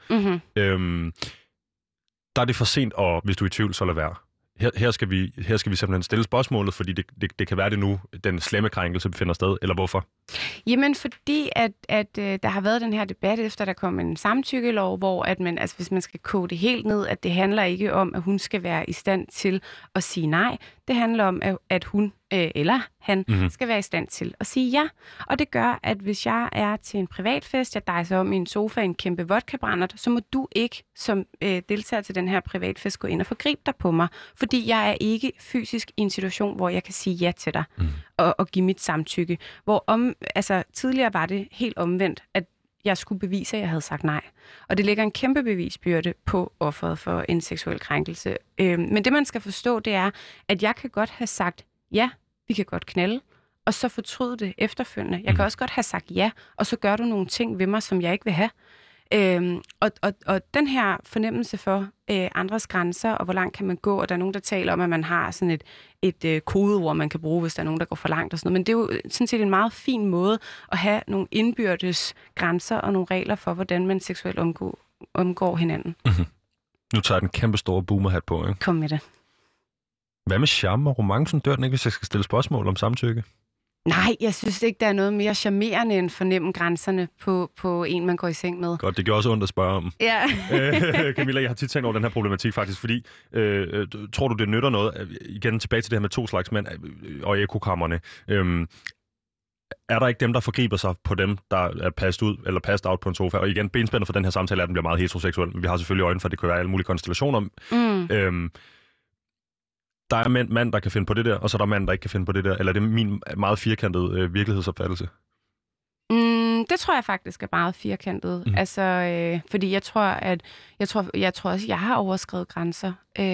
Der er det for sent, og hvis du er i tvivl, så lad være. Her skal vi simpelthen stille spørgsmålet, fordi det kan være det nu, den slemme krænkelse befinder sted, eller hvorfor? Jamen, fordi at der har været den her debat, efter der kom en samtykkelov, hvor at man, altså hvis man skal koge det helt ned, at det handler ikke om, at hun skal være i stand til at sige nej. Det handler om, at hun eller han skal være i stand til at sige ja. Og det gør, at hvis jeg er til en privatfest, jeg dejser om i en sofa i en kæmpe vodka-brændert, så må du ikke som deltager til den her privatfest gå ind og forgribe dig på mig. Fordi jeg er ikke fysisk i en situation, hvor jeg kan sige ja til dig og give mit samtykke. Tidligere var det helt omvendt, at jeg skulle bevise, at jeg havde sagt nej. Og det lægger en kæmpe bevisbyrde på offeret for en seksuel krænkelse. Men det, man skal forstå, det er, at jeg kan godt have sagt, ja, vi kan godt knalde, og så fortryde det efterfølgende. Jeg kan også godt have sagt ja, og så gør du nogle ting ved mig, som jeg ikke vil have. Og den her fornemmelse for andres grænser, og hvor langt kan man gå, og der er nogen, der taler om, at man har sådan et kodeord, man kan bruge, hvis der er nogen, der går for langt og sådan noget. Men det er jo sådan set en meget fin måde at have nogle indbyrdes grænser og nogle regler for, hvordan man seksuelt omgår hinanden. Mm-hmm. Nu tager jeg den kæmpe store boomerhat på, ikke? Kom med det. Hvad med charme og romancen? Dør den ikke, hvis jeg skal stille spørgsmål om samtykke? Nej, jeg synes ikke, der er noget mere charmerende end fornemme grænserne på en, man går i seng med. Godt, det gør også ondt at spørge om. Ja. Camilla, jeg har tit tænkt over den her problematik faktisk, fordi tror du, det nytter noget? Igen tilbage til det her med 2 slags mænd og ekokammerne. Er der ikke dem, der forgriber sig på dem, der er passed out på en sofa? Og igen, benspændet for den her samtale er, at den bliver meget heteroseksuel. Men vi har selvfølgelig øjne for, at det kan være alle mulige konstellationer. Der er mænd, der kan finde på det der, og så er der mænd, der ikke kan finde på det der. Eller er det min meget firkantede virkelighedsopfattelse? Det tror jeg faktisk er meget firkantet. Fordi jeg tror også, jeg har overskrevet grænser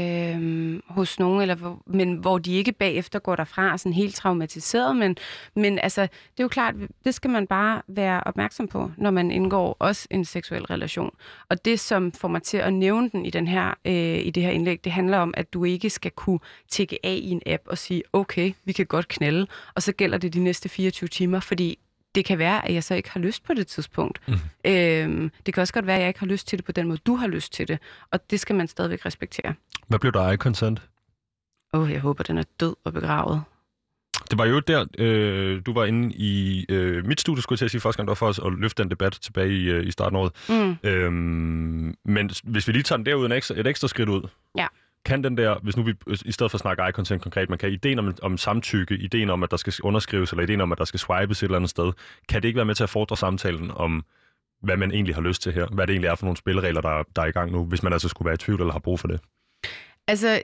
hos nogen, men hvor de ikke bagefter går derfra sådan helt traumatiseret. Men altså, det er jo klart, det skal man bare være opmærksom på, når man indgår også en seksuel relation. Og det, som får mig til at nævne den i det her indlæg, det handler om, at du ikke skal kunne tjekke af i en app og sige, okay, vi kan godt knalde, og så gælder det de næste 24 timer, fordi det kan være, at jeg så ikke har lyst på det tidspunkt. Det kan også godt være, at jeg ikke har lyst til det på den måde, du har lyst til det. Og det skal man stadigvæk respektere. Hvad blev der af consent? Jeg håber, den er død og begravet. Det var jo der, du var inde i mit studie, skulle jeg til at sige første gang, der var for os at løfte den debat tilbage i starten af året. Men hvis vi lige tager den derud et ekstra skridt ud, ja. Kan den der, hvis nu vi i stedet for at snakke eye-consent konkret, man kan ideen om samtykke, ideen om, at der skal underskrives, eller ideen om, at der skal swipes et eller andet sted, kan det ikke være med til at fordre samtalen om, hvad man egentlig har lyst til her? Hvad det egentlig er for nogle spilleregler, der er i gang nu, hvis man altså skulle være i tvivl eller har brug for det? Altså,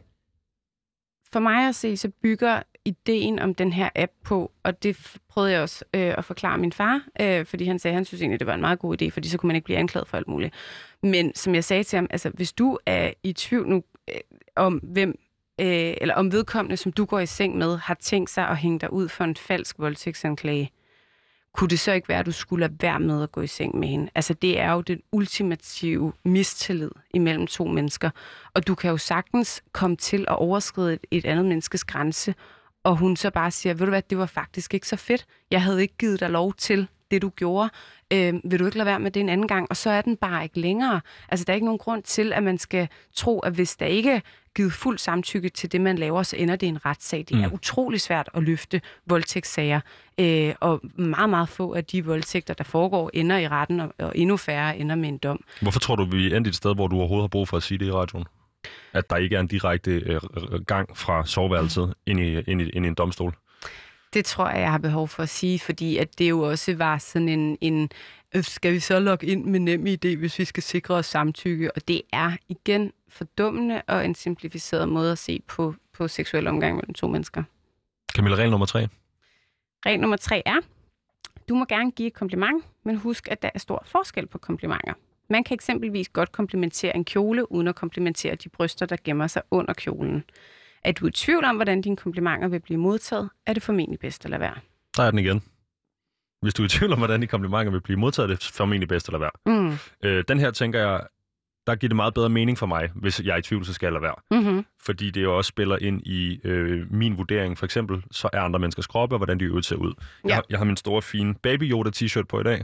for mig at se, så bygger ideen om den her app på, og det prøvede jeg også at forklare min far, fordi han sagde, at han synes egentlig, det var en meget god idé, fordi så kunne man ikke blive anklaget for alt muligt. Men som jeg sagde til ham, altså hvis du er i tvivl nu om eller om vedkommende, som du går i seng med, har tænkt sig at hænge dig ud for en falsk voldtægtsanklage, kunne det så ikke være, at du skulle lade være med at gå i seng med hende? Altså, det er jo den ultimative mistillid imellem 2 mennesker. Og du kan jo sagtens komme til at overskride et andet menneskes grænse, og hun så bare siger, ved du hvad, det var faktisk ikke så fedt. Jeg havde ikke givet dig lov til det, du gjorde. Vil du ikke lade være med det en anden gang? Og så er den bare ikke længere. Altså, der er ikke nogen grund til, at man skal tro, at hvis der ikke er givet fuld samtykke til det, man laver, så ender det i en retssag. Det er utrolig svært at løfte voldtægtssager. Og meget, meget få af de voldtægter, der foregår, ender i retten, og endnu færre ender med en dom. Hvorfor tror du, vi endte et sted, hvor du overhovedet har brug for at sige det i radioen? At der ikke er en direkte gang fra soveværelset ind i en domstol? Det tror jeg har behov for at sige, fordi at det jo også var sådan en skal vi så logge ind med NemID, hvis vi skal sikre os samtykke? Og det er igen fordummende og en simplificeret måde at se på seksuel omgang mellem 2 mennesker. Camilla, regel nummer 3. Regel nummer 3 er, du må gerne give et kompliment, men husk, at der er stor forskel på komplimenter. Man kan eksempelvis godt komplimentere en kjole, uden at komplimentere de bryster, der gemmer sig under kjolen. Er du i tvivl om, hvordan dine komplimenter vil blive modtaget, er det formentlig bedst at lade være. Der er den igen. Hvis du er i tvivl om, hvordan dine komplimenter vil blive modtaget, er det formentlig bedst at lade være. Den her, tænker jeg, der giver det meget bedre mening for mig, hvis jeg er i tvivl, så skal jeg lade være. Fordi det jo også spiller ind i min vurdering. For eksempel, så er andre menneskers kroppe, og hvordan de øvrigt ser ud. Ja. Jeg har min store, fine Baby Yoda t-shirt på i dag.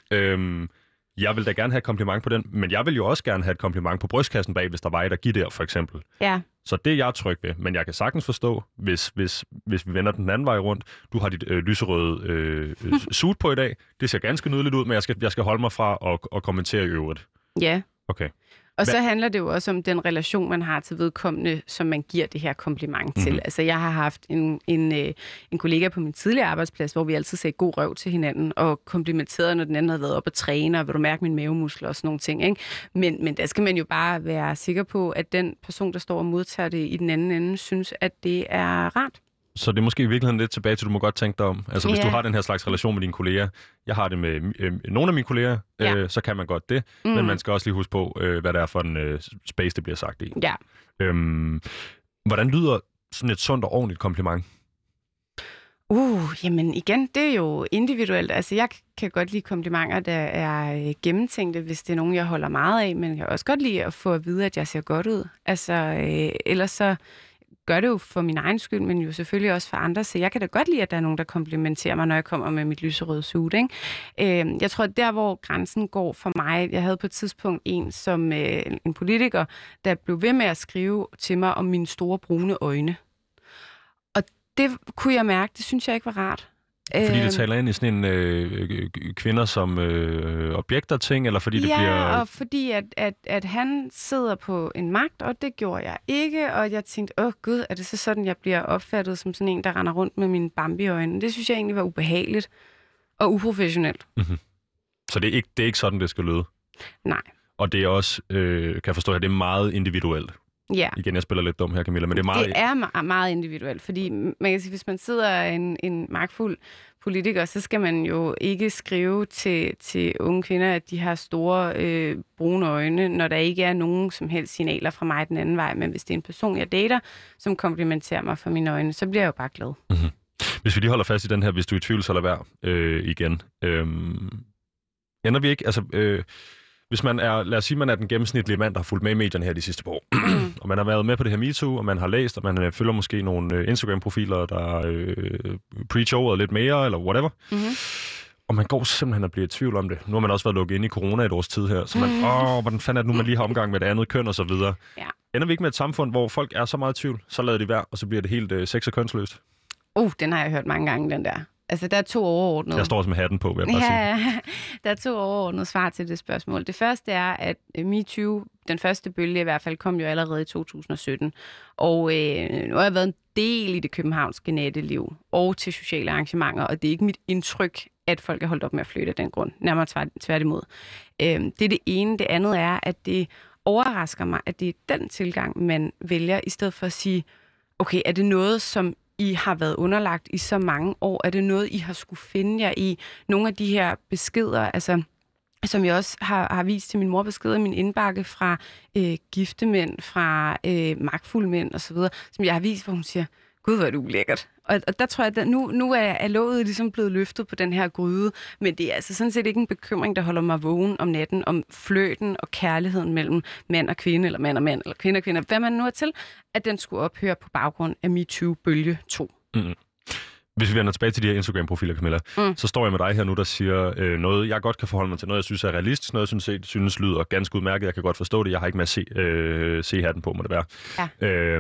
Jeg vil da gerne have et kompliment på den, men jeg vil jo også gerne have et kompliment på brystkassen bag, hvis der var et at give der, for eksempel. Ja. Så det er jeg tryg ved, men jeg kan sagtens forstå, hvis vi vender den anden vej rundt. Du har dit lyserøde suit på i dag. Det ser ganske nydeligt ud, men jeg skal holde mig fra at kommentere i øvrigt. Ja. Okay. Og så handler det jo også om den relation, man har til vedkommende, som man giver det her kompliment til. Altså, jeg har haft en kollega på min tidligere arbejdsplads, hvor vi altid sagde god røv til hinanden, og komplimenterede, når den anden havde været op at træne, og vil du mærke mine mavemuskler og sådan nogle ting, ikke? Men der skal man jo bare være sikker på, at den person, der står og modtager det i den anden ende, synes, at det er rart. Så det er måske i virkeligheden lidt tilbage til, du må godt tænke dig om. Altså, hvis du har den her slags relation med dine kolleger, jeg har det med nogle af mine kolleger, så kan man godt det, men man skal også lige huske på, hvad det er for en space, det bliver sagt i. Ja. Hvordan lyder sådan et sundt og ordentligt kompliment? Jamen igen, det er jo individuelt. Altså, jeg kan godt lide komplimenter, der er gennemtænkte, hvis det er nogen, jeg holder meget af, men jeg kan også godt lide at få at vide, at jeg ser godt ud. Altså, ellers så gør det jo for min egen skyld, men jo selvfølgelig også for andre. Så jeg kan da godt lide, at der er nogen, der komplimenterer mig, når jeg kommer med mit lyserøde suit, ikke? Jeg tror, at der, hvor grænsen går for mig, jeg havde på et tidspunkt en politiker, der blev ved med at skrive til mig om mine store brune øjne. Og det kunne jeg mærke, det synes jeg ikke var rart. Fordi det taler ind i sådan en kvinder som objekter ting, eller fordi det bliver... Ja, og fordi at han sidder på en magt, og det gjorde jeg ikke, og jeg tænkte, gud, er det så sådan, jeg bliver opfattet som sådan en, der render rundt med mine Bambi-øjne? Det synes jeg egentlig var ubehageligt og uprofessionelt. Mm-hmm. Så det er ikke sådan, det skal lyde? Nej. Og det er også, kan jeg forstå, at det er meget individuelt? Ja. Igen, jeg spiller lidt dum her, Camilla, men det er meget... Det er meget individuelt, fordi man kan sige, hvis man sidder en magtfuld politiker, så skal man jo ikke skrive til unge kvinder, at de har store brune øjne, når der ikke er nogen som helst signaler fra mig den anden vej. Men hvis det er en person, jeg dater, som komplimenterer mig for mine øjne, så bliver jeg jo bare glad. Mm-hmm. Hvis vi lige holder fast i den her, hvis du er i tvivl, så lad være igen. Ender vi ikke... Hvis man er, lad os sige, man er den gennemsnitlige mand, der har fulgt med i medierne her de sidste par år, og man har været med på det her MeToo, og man har læst, og man følger måske nogle Instagram-profiler, der preacher ordet lidt mere, eller whatever. Mm-hmm. Og man går simpelthen og bliver i tvivl om det. Nu har man også været lukket inde i corona et års tid her, så man, hvordan fanden er det nu, man lige har omgang med det andet køn og så videre. Ja. Ender vi ikke med et samfund, hvor folk er så meget i tvivl, så lader de være, og så bliver det helt sex- og kønsløst? Den har jeg hørt mange gange, den der. Altså, der er 2 overordnede... Jeg står også med hatten på, vil jeg bare sige. Der er 2 overordnede svar til det spørgsmål. Det første er, at MeToo, den første bølge i hvert fald, kom jo allerede i 2017. Og nu har jeg været en del i det københavnske natteliv og til sociale arrangementer, og det er ikke mit indtryk, at folk er holdt op med at flytte af den grund. Nærmere tværtimod. Det er det ene. Det andet er, at det overrasker mig, at det er den tilgang, man vælger, i stedet for at sige, okay, er det noget, som I har været underlagt i så mange år? Er det noget, I har skulle finde jer i? Nogle af de her beskeder, altså, som jeg også har vist til min mor, beskeder i min indbakke fra gifte mænd, fra magtfulde mænd osv., som jeg har vist, hvor hun siger, gud, hvor er det ulækkert. Og der tror jeg, at nu er låget ligesom blevet løftet på den her gryde, men det er altså sådan set ikke en bekymring, der holder mig vågen om natten, om fløten og kærligheden mellem mand og kvinde, eller mand og mand, eller kvinde og kvinde, hvad man nu er til, at den skulle ophøre på baggrund af MeToo-bølge 2. Mm. Hvis vi vender tilbage til de her Instagram-profiler, Camilla, så står jeg med dig her nu, der siger noget, jeg godt kan forholde mig til, noget, jeg synes er realistisk, noget, jeg synes lyder ganske udmærket, jeg kan godt forstå det, jeg har ikke med at se hatten på, må det være. Ja.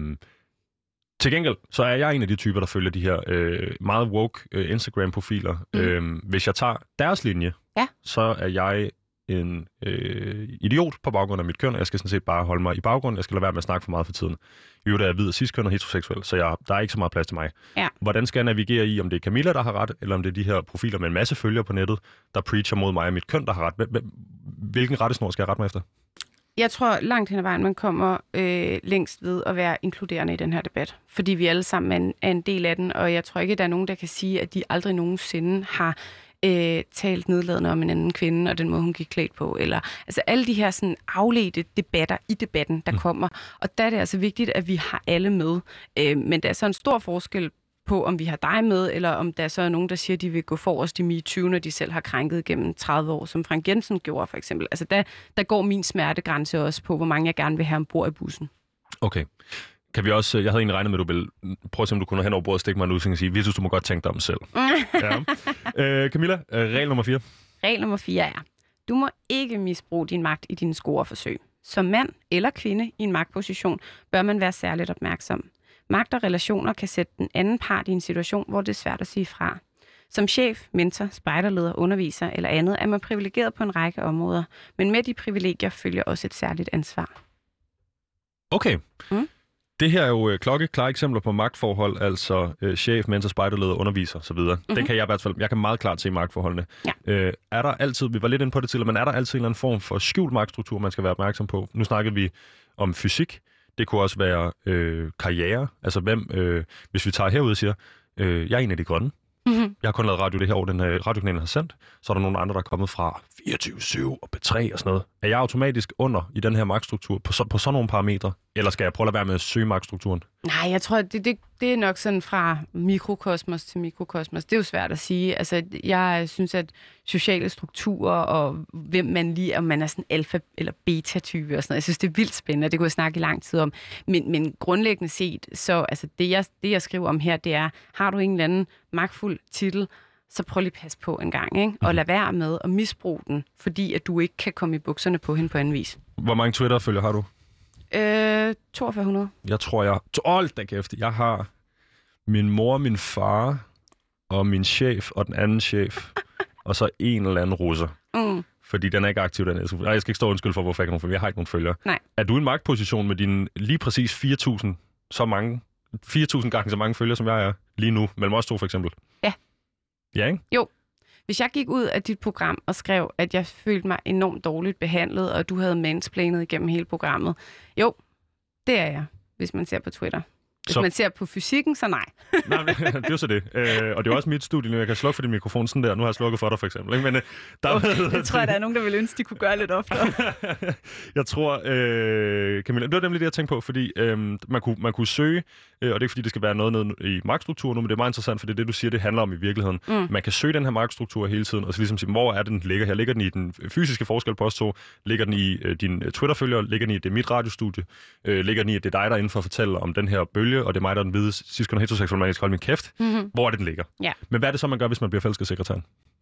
Til gengæld, så er jeg en af de typer, der følger de her meget woke Instagram-profiler. Hvis jeg tager deres linje, så er jeg en idiot på baggrund af mit køn, og jeg skal sådan set bare holde mig i baggrund. Jeg skal lade være med at snakke for meget for tiden. Jo, der er hvid, cis-køn og heteroseksuel, så der er ikke så meget plads til mig. Ja. Hvordan skal jeg navigere i, om det er Camilla, der har ret, eller om det er de her profiler med en masse følgere på nettet, der preacher mod mig og mit køn, der har ret? Hvilken rettesnor skal jeg rette mig efter? Jeg tror langt hen ad vejen, man kommer længst ved at være inkluderende i den her debat. Fordi vi alle sammen er en del af den, og jeg tror ikke, der er nogen, der kan sige, at de aldrig nogensinde har talt nedladende om en anden kvinde, og den måde, hun gik klædt på. Eller, altså alle de her sådan afledte debatter i debatten, der kommer. Og der er det altså vigtigt, at vi har alle med. Men der er så en stor forskel på, om vi har dig med, eller om der så er nogen, der siger, at de vil gå forrest i MeToo, når de selv har krænket gennem 30 år, som Frank Jensen gjorde for eksempel. Altså der går min smertegrænse også på, hvor mange jeg gerne vil have ombord i bussen. Okay. Kan vi også, jeg havde egentlig regnet med, at du ville prøve at se, om du kunne hen over bordet og stikke mig en udsigt og sige, Vitus, du må godt tænke dig om selv. Ja. Camilla, regel nummer 4. Regel nummer 4 er, du må ikke misbruge din magt i dine scoreforsøg. Som mand eller kvinde i en magtposition bør man være særligt opmærksom. Magt og relationer kan sætte den anden part i en situation, hvor det er svært at sige fra. Som chef, mentor, spejderleder, underviser eller andet er man privilegeret på en række områder, men med de privilegier følger også et særligt ansvar. Okay. Det her er jo klokkeklare eksempler på magtforhold, altså chef, mentor, spejderleder, underviser osv. Det kan jeg i hvert fald, jeg kan meget klart se magtforholdene. Ja. Er der altid, vi var lidt inde på det tidligere, men er der altid en eller anden form for skjult magtstruktur, man skal være opmærksom på? Nu snakkede vi om fysik. Det kunne også være karriere. Altså hvis vi tager herud og siger, jeg er en af de grønne. Jeg har kun lavet radio det her år, den radiokanalen har sendt. Så er der nogle andre, der er kommet fra 24/7 og B3 og sådan noget. Er jeg automatisk under i den her magtstruktur på sådan nogle parametre? Eller skal jeg prøve at være med at søge magtstrukturen? Nej, jeg tror, det er nok sådan fra mikrokosmos til mikrokosmos. Det er jo svært at sige. Altså, jeg synes, at sociale strukturer og hvem man lige, om man er sådan alfa- eller beta-type og sådan noget, jeg synes, det er vildt spændende, det kunne jeg snakke i lang tid om. Men grundlæggende set, så altså, det jeg skriver om her, det er, har du en eller anden magtfuld titel, så prøv lige at passe på en gang, ikke? Og lad være med at misbruge den, fordi at du ikke kan komme i bukserne på hende på anden vis. Hvor mange Twitter-følgere har du? 4200. Jeg tror, hold da kæft. Jeg har min mor, min far og min chef og den anden chef. Og så en eller anden russer. Fordi den er ikke aktiv, den. Jeg skal ikke stå undskyld for, hvorfor jeg ikke har nogen følgere. Jeg har ikke nogen følgere. Nej. Er du i en magtposition med dine lige præcis 4.000 gange så mange følgere, som jeg er lige nu? Mellem os to, for eksempel. Ja. Ja, ikke? Jo. Hvis jeg gik ud af dit program og skrev, at jeg følte mig enormt dårligt behandlet, og du havde mansplanet igennem hele programmet. Jo, det er jeg, hvis man ser på Twitter. Hvis man ser på fysikken, så nej. Nej, det er jo så det. Og det er også mit studie nu. Jeg kan slukke for din mikrofon sådan der. Nu har jeg slukket for dig, for eksempel. Ikke? Men, det tror jeg, der er nogen, der vil ønske, de kunne gøre lidt oftere. Jeg tror, Camilla, det var nemlig det, jeg tænkte på, fordi man kunne søge, og det er ikke, fordi det skal være noget nede i magtstruktur nu, men det er meget interessant, for det er det, du siger, det handler om i virkeligheden. Man kan søge den her magtstruktur hele tiden, og så ligesom sige, hvor er den ligger her? Ligger den i den fysiske forskel på os to? Ligger den i din Twitter-følger? Ligger den i det mit radiostudie? Ligger den i, at det er dig, der er inde for at fortælle om den her bølge, og det er mig, der er den hvide sidst kun heteroseksuel, man skal holde min kæft. Hvor er det, den ligger? Ja. Men hvad er det så, man gør, hvis man bliver fællesskabssekretær?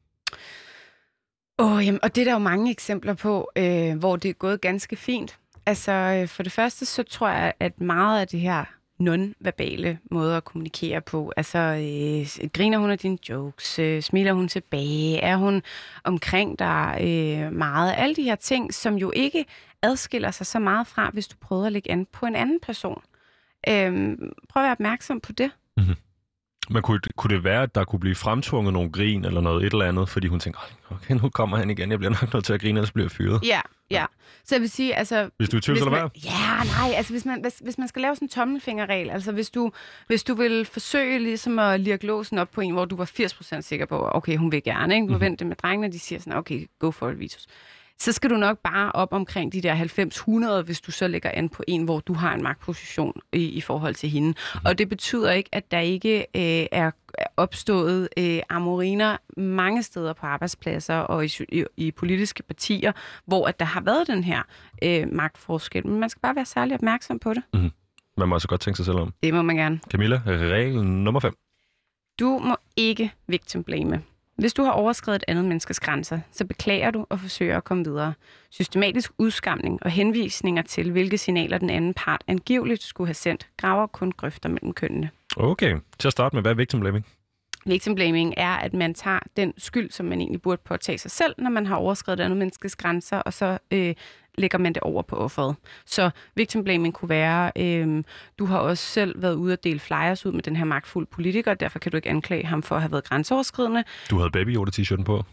Jamen, og det er der jo mange eksempler på, hvor det er gået ganske fint. Altså, for det første, så tror jeg, at meget af det her non-verbale måder at kommunikere på, altså, griner hun af dine jokes, smiler hun tilbage, er hun omkring dig meget, alle de her ting, som jo ikke adskiller sig så meget fra, hvis du prøver at lægge an på en anden person. Prøv at være opmærksom på det. Men kunne det være, at der kunne blive fremtvunget nogle grin eller noget et eller andet, fordi hun tænker, okay, nu kommer han igen, jeg bliver nok nødt til at grine, ellers bliver jeg fyret? Ja. Så jeg vil sige, altså... Hvis du er i tvivl, så lad være? Ja, nej, altså hvis man skal lave sådan en tommelfingerregel, altså hvis du vil forsøge ligesom at lirke låsen op på en, hvor du var 80% sikker på, okay, hun vil gerne, ikke? Du venter med drengene, de siger sådan, okay, go for it, Vitus. Så skal du nok bare op omkring de der 90-100, hvis du så lægger an på en, hvor du har en magtposition i forhold til hende. Og det betyder ikke, at der ikke er opstået amoriner mange steder på arbejdspladser og i politiske partier, hvor at der har været den her magtforskel. Men man skal bare være særlig opmærksom på det. Man må altså godt tænke sig selv om. Det må man gerne. Camilla, regel nummer 5. Du må ikke victim blame. Hvis du har overskredet et andet menneskes grænser, så beklager du og forsøger at komme videre. Systematisk udskamning og henvisninger til, hvilke signaler den anden part angiveligt skulle have sendt, graver kun grøfter mellem kønnene. Okay, til at starte med, hvad er victim blaming? Victim blaming er, at man tager den skyld, som man egentlig burde påtage sig selv, når man har overskredet et andet menneskes grænser, og så lægger man det over på offeret. Så victim blaming kunne være, du har også selv været ude at dele flyers ud med den her magtfulde politiker, derfor kan du ikke anklage ham for at have været grænseoverskridende. Du havde Baby Yoda-t-shirten på.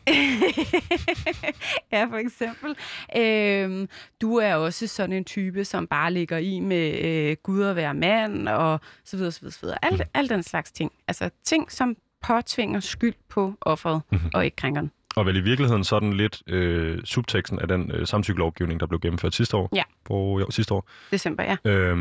Ja, for eksempel. Du er også sådan en type, som bare ligger i med Gud at være mand, og så videre, så videre. Alt den slags ting. Altså ting, som påtvinger skyld på offeret, og ikke krænkeren. Og vel i virkeligheden sådan lidt subteksten af den samtykkelovgivning, der blev gennemført sidste år. Ja. Sidste år. December, ja.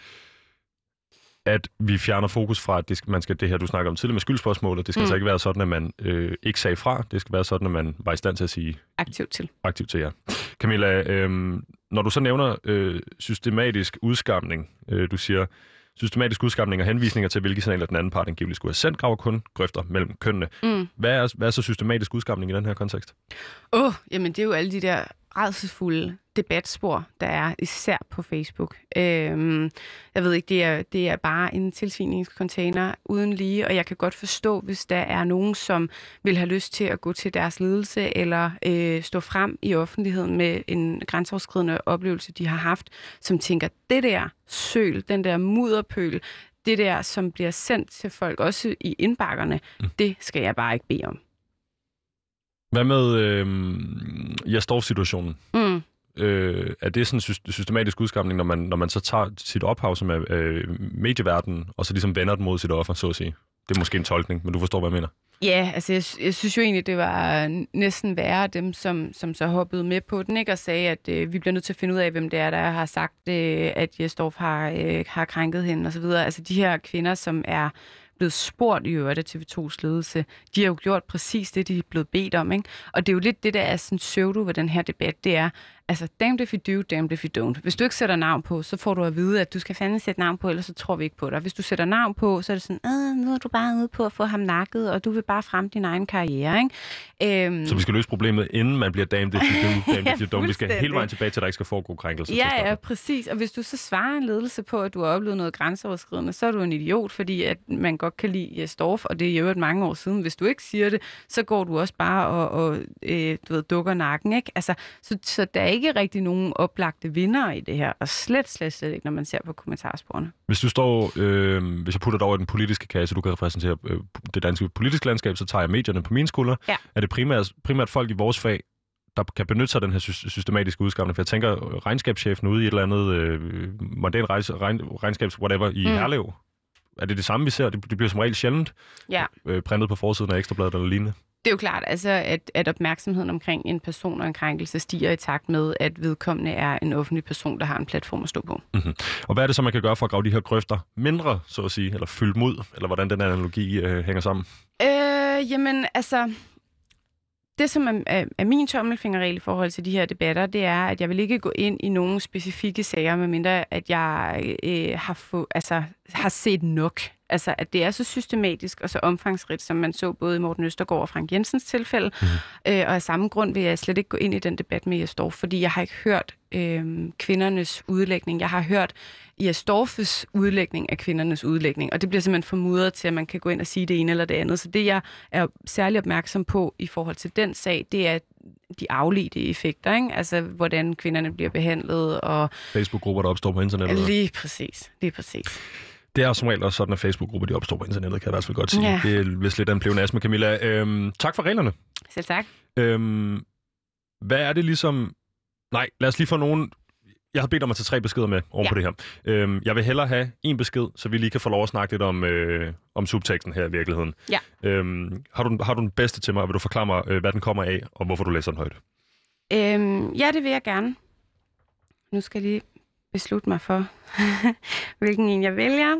At vi fjerner fokus fra, at man skal det her, du snakker om tidligere med skyldspørgsmålet. Det skal altså ikke være sådan, at man ikke sagde fra. Det skal være sådan, at man var i stand til at sige... Aktivt til, ja. Camilla, når du så nævner systematisk udskamning, du siger... Systematisk udskamning og henvisninger til, hvilke signaler den anden part angiveligt skulle have sendt, graver kun grøfter mellem kønnene. Hvad er så systematisk udskamning i den her kontekst? Jamen det er jo alle de der rædselsfulde debatspor, der er især på Facebook. Jeg ved ikke, det er bare en tilsviningscontainer uden lige, og jeg kan godt forstå, hvis der er nogen, som vil have lyst til at gå til deres ledelse eller stå frem i offentligheden med en grænseoverskridende oplevelse, de har haft, som tænker, det der søl, den der mudderpøl, det der, som bliver sendt til folk, også i indbakkerne, det skal jeg bare ikke bede om. Hvad med Jastorf-situationen? Er det sådan en systematisk udskamning, når man så tager sit ophav, som er medieverdenen, og så ligesom vender den mod sit offer, så at sige? Det er måske en tolkning, men du forstår, hvad jeg mener. Ja, altså jeg synes jo egentlig, det var næsten værre dem, som så hoppede med på den, ikke? Og sagde, at vi bliver nødt til at finde ud af, hvem det er, der har sagt, at Jastorf har krænket hende osv. Altså de her kvinder, som er blevet spurgt i øvrigt af TV2's ledelse, de har jo gjort præcis det, de er blevet bedt om, ikke? Og det er jo lidt det, der er sådan pseudo ved den her debat, det er, altså, damned if you do, damned if you don't. Hvis du ikke sætter navn på, så får du at vide, at du skal fandme sætte navn på, ellers så tror vi ikke på dig. Hvis du sætter navn på, så er det sådan, nu er du bare ude på at få ham nakket, og du vil bare fremme din egen karriere, ikke? Så vi skal løse problemet, inden man bliver damned if you do, damned if you don't. Vi skal hele vejen tilbage til, at der ikke skal foregå krænkelser. Ja, præcis. Og hvis du så svarer en ledelse på, at du har oplevet noget grænseoverskridende, så er du en idiot, fordi at man godt kan lide Jastorf, og det er jo mange år siden. Hvis du ikke siger det, så går du også bare og du ved, dukker nakken, ikke? Altså, så der er ikke rigtig nogen oplagte vinder i det her, og slet ikke, når man ser på kommentarsporene. Hvis du står, hvis jeg putter dig over i den politiske kasse, du kan repræsentere det danske politiske landskab, så tager jeg medierne på mine skuldre. Ja. Er det primært folk i vores fag, der kan benytte sig af den her systematiske udskamning? For jeg tænker, regnskabschefen ude i et eller andet modern regnskabs whatever i Herlev, er det samme, vi ser? Det bliver som regel sjældent printet på forsiden af Ekstrabladet eller lignende. Det er jo klart, altså, at opmærksomheden omkring en person og en krænkelse stiger i takt med, at vedkommende er en offentlig person, der har en platform at stå på. Mm-hmm. Og hvad er det så, man kan gøre for at grave de her grøfter mindre, så at sige, eller fylde dem ud, eller hvordan den analogi hænger sammen? Jamen, altså, det som er min tommelfingerregel i forhold til de her debatter, det er, at jeg vil ikke gå ind i nogle specifikke sager, medmindre at jeg har set nok. Altså, at det er så systematisk og så omfangsrigt, som man så både i Morten Østergaard og Frank Jensens tilfælde. Og af samme grund vil jeg slet ikke gå ind i den debat med Jastorf, fordi jeg har ikke hørt kvindernes udlægning. Jeg har hørt Jastorfs udlægning af kvindernes udlægning, og det bliver simpelthen formudret til, at man kan gå ind og sige det ene eller det andet. Så det, jeg er særlig opmærksom på i forhold til den sag, det er de afledte effekter, ikke? Altså, hvordan kvinderne bliver behandlet. Og Facebook-grupper, der opstår på internettet. Lige præcis. Det er som regel også sådan, at Facebook-grupper de opstår på internettet, kan jeg i hvert fald godt sige. Ja. Det er vist lidt af en pleonasme, Camilla. Tak for reglerne. Selv tak. Hvad er det ligesom... Nej, lad os lige få nogen... Jeg har bedt om at tage 3 beskeder med oven på det her. Jeg vil hellere have 1 besked, så vi lige kan få lov at snakke lidt om subteksten her i virkeligheden. Ja. Har du den bedste til mig, og vil du forklare mig, hvad den kommer af, og hvorfor du læser den højt? Ja, det vil jeg gerne. Nu skal jeg lige beslutte mig for, hvilken en jeg vælger.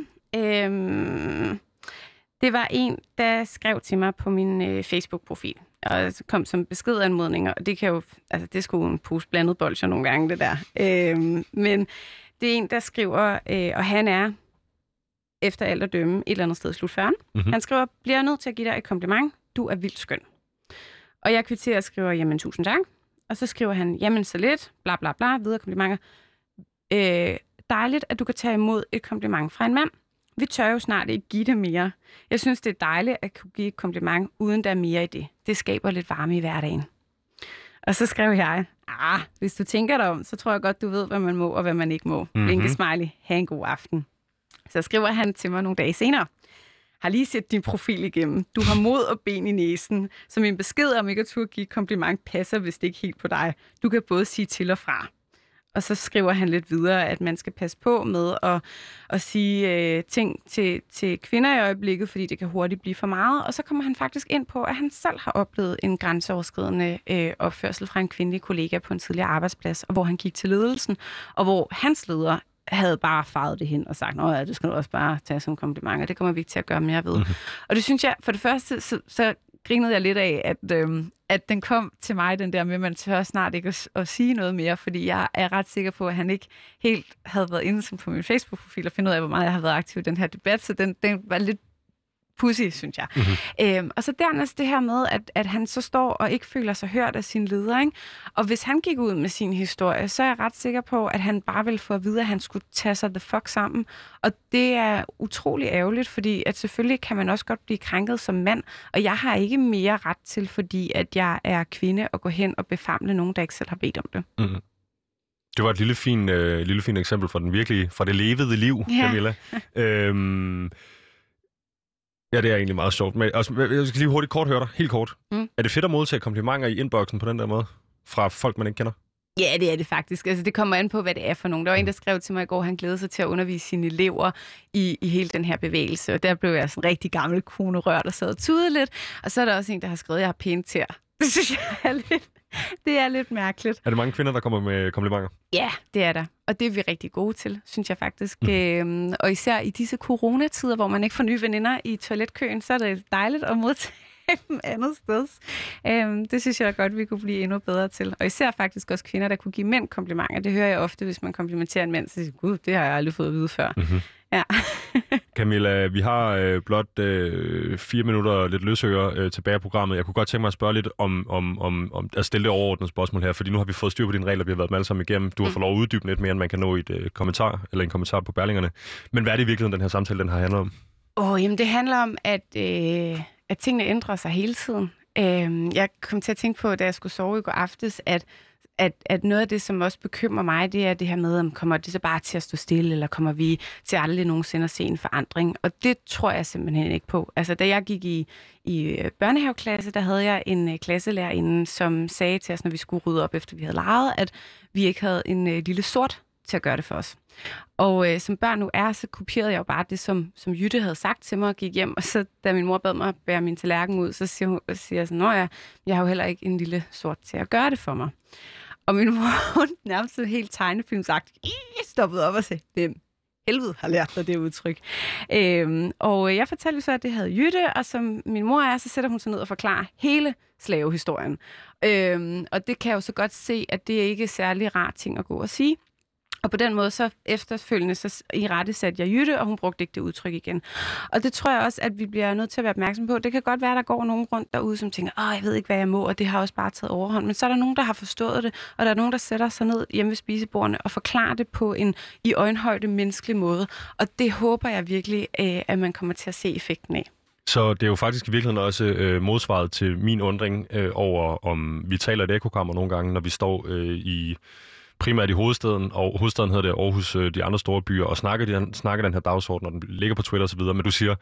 Det var en, der skrev til mig på min Facebook-profil, og kom som beskedanmodninger, og det kan jo, altså det er sgu en pose blandet bolsjer nogle gange, det der. Men det er en, der skriver, og han er, efter alt at dømme, et eller andet sted slut 40'erne. Mm-hmm. Han skriver, bliver nødt til at give dig et kompliment. Du er vildt skøn. Og jeg kvitterer og skriver, jamen tusind tak. Og så skriver han, jamen så lidt, bla bla bla, videre komplimenter. Dejligt, at du kan tage imod et kompliment fra en mand. Vi tør jo snart ikke give det mere. Jeg synes, det er dejligt at kunne give et kompliment, uden der er mere i det. Det skaber lidt varme i hverdagen. Og så skrev jeg, hvis du tænker dig om, så tror jeg godt, du ved, hvad man må og hvad man ikke må. Blinkesmiley, ha' en god aften. Så skriver han til mig nogle dage senere. Har lige set din profil igennem. Du har mod og ben i næsen, så min besked om ikke at turde give et kompliment passer vist ikke helt på dig. Du kan både sige til og fra. Og så skriver han lidt videre, at man skal passe på med at sige ting til kvinder i øjeblikket, fordi det kan hurtigt blive for meget. Og så kommer han faktisk ind på, at han selv har oplevet en grænseoverskridende opførsel fra en kvindelig kollega på en tidligere arbejdsplads, og hvor han gik til ledelsen, og hvor hans leder havde bare faret det hen og sagt, ja, det skal du også bare tage som kompliment, og det kommer vi ikke til at gøre mere ved. Mm-hmm. Og det synes jeg, for det første, så grinede jeg lidt af, at den kom til mig, den der med, at man tør snart ikke at sige noget mere, fordi jeg er ret sikker på, at han ikke helt havde været inde på min Facebook-profil og finde ud af, hvor meget jeg har været aktiv i den her debat, så den var lidt pussy, synes jeg. Mm-hmm. Og så dernæst det her med, at han så står og ikke føler sig hørt af sin leder, ikke? Og hvis han gik ud med sin historie, så er jeg ret sikker på, at han bare ville få at vide, at han skulle tage sig the fuck sammen. Og det er utrolig ærgerligt, fordi at selvfølgelig kan man også godt blive krænket som mand, og jeg har ikke mere ret til, fordi at jeg er kvinde, og gå hen og befamle nogen, der ikke selv har bedt om det. Mm. Det var et lille fint eksempel fra det levede liv, Camilla. Ja, det er egentlig meget sjovt. Men altså, jeg skal lige kort høre dig, helt kort. Er det fedt at modtage komplimenter i inboxen på den der måde, fra folk, man ikke kender? Ja, det er det faktisk. Altså, det kommer an på, hvad det er for nogen. Der var en, der skrev til mig i går, han glæder sig til at undervise sine elever i hele den her bevægelse. Og der blev jeg sådan en rigtig gammel konerør, der sad og tudede lidt. Og så er der også en, der har skrevet, at jeg har pænt tæer. Det synes jeg er lidt mærkeligt. Er det mange kvinder, der kommer med komplimenter? Ja, det er der. Og det er vi rigtig gode til, synes jeg faktisk. Og især i disse coronatider, hvor man ikke får nye veninder i toiletkøen, så er det dejligt at modtage dem andet sted. Det synes jeg godt, vi kunne blive endnu bedre til. Og især faktisk også kvinder, der kunne give mænd komplimenter. Det hører jeg ofte, hvis man komplimenterer en mand, så siger jeg, gud, det har jeg aldrig fået at vide før. Mm-hmm. Ja. Camilla, vi har blot 4 minutter lidt løsøre tilbage af programmet. Jeg kunne godt tænke mig at spørge lidt om at stille det overordnede spørgsmål her, fordi nu har vi fået styr på dine regler, vi har været dem alle sammen igennem. Du har fået lov at uddybe lidt mere, end man kan nå i et kommentar, eller en kommentar på Berlingerne. Men hvad er det i virkeligheden, den her samtale, den har handlet om? Jamen, det handler om, at tingene ændrer sig hele tiden. Jeg kom til at tænke på, da jeg skulle sove i går aftes, at noget af det, som også bekymrer mig, det er det her med, om kommer det så bare til at stå stille, eller kommer vi til aldrig nogensinde at se en forandring? Og det tror jeg simpelthen ikke på. Altså, da jeg gik i børnehaveklasse, der havde jeg en klasselærerinde, som sagde til os, når vi skulle rydde op, efter vi havde leget, at vi ikke havde en lille sort til at gøre det for os. Og som børn nu er, så kopierede jeg jo bare det, som Jytte havde sagt til mig, og gik hjem, og så da min mor bad mig at bære min tallerken ud, så siger jeg sådan, nå ja, jeg har jo heller ikke en lille sort til at gøre det for mig. Og min mor, hun nærmest helt tegnefilmsagt, stoppede op og sagde, hvem helvede har lært dig det udtryk. Og jeg fortalte så, at det havde Jytte, og som min mor er, så sætter hun sig ned og forklarer hele slavehistorien. Og det kan jeg jo så godt se, at det ikke er særlig rar ting at gå og sige. Og på den måde, så efterfølgende, så i rette satte jeg Jytte, og hun brugte ikke det udtryk igen. Og det tror jeg også, at vi bliver nødt til at være opmærksom på. Det kan godt være, at der går nogen rundt derude, som tænker, jeg ved ikke, hvad jeg må, og det har også bare taget overhånd. Men så er der nogen, der har forstået det, og der er nogen, der sætter sig ned hjemme ved spisebordene og forklarer det på en i øjenhøjde menneskelig måde. Og det håber jeg virkelig, at man kommer til at se effekten af. Så det er jo faktisk i virkeligheden også modsvaret til min undring over, om vi taler et ekokammer nogle gange, når vi står primært i hovedstaden, og hovedstaden hedder det Aarhus, de andre store byer, og snakker den her dagsorden, og den ligger på Twitter osv., men du siger,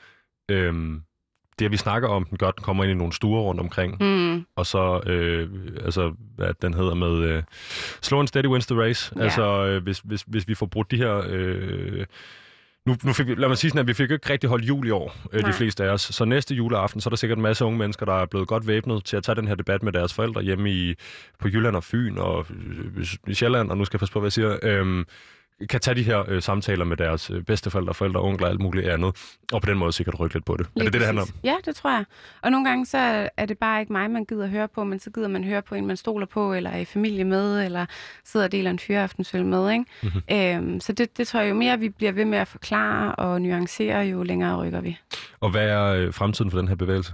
det at vi snakker om, den kommer ind i nogle stuer rundt omkring, og så, hvad den hedder med, slow and steady wins the race, altså hvis vi får brudt de her... Nu fik vi, lad mig sige sådan, at vi fik ikke rigtig holdt jul i år, de fleste af os. Så næste juleaften, så er der sikkert en masse unge mennesker, der er blevet godt væbnet til at tage den her debat med deres forældre hjemme på Jylland og Fyn og i Sjælland, og nu skal jeg passe på, hvad jeg siger, kan tage de her samtaler med deres bedsteforældre, forældre, onkler og alt muligt andet, og på den måde sikkert rykke lidt på det. Lige er det handler om? Ja, det tror jeg. Og nogle gange så er det bare ikke mig, man gider høre på, men så gider man høre på en, man stoler på, eller er i familie med, eller sidder og deler en fyraftensøl med, ikke? Mm-hmm. Så det tror jeg, jo mere vi bliver ved med at forklare og nuancere, jo længere rykker vi. Og hvad er fremtiden for den her bevægelse?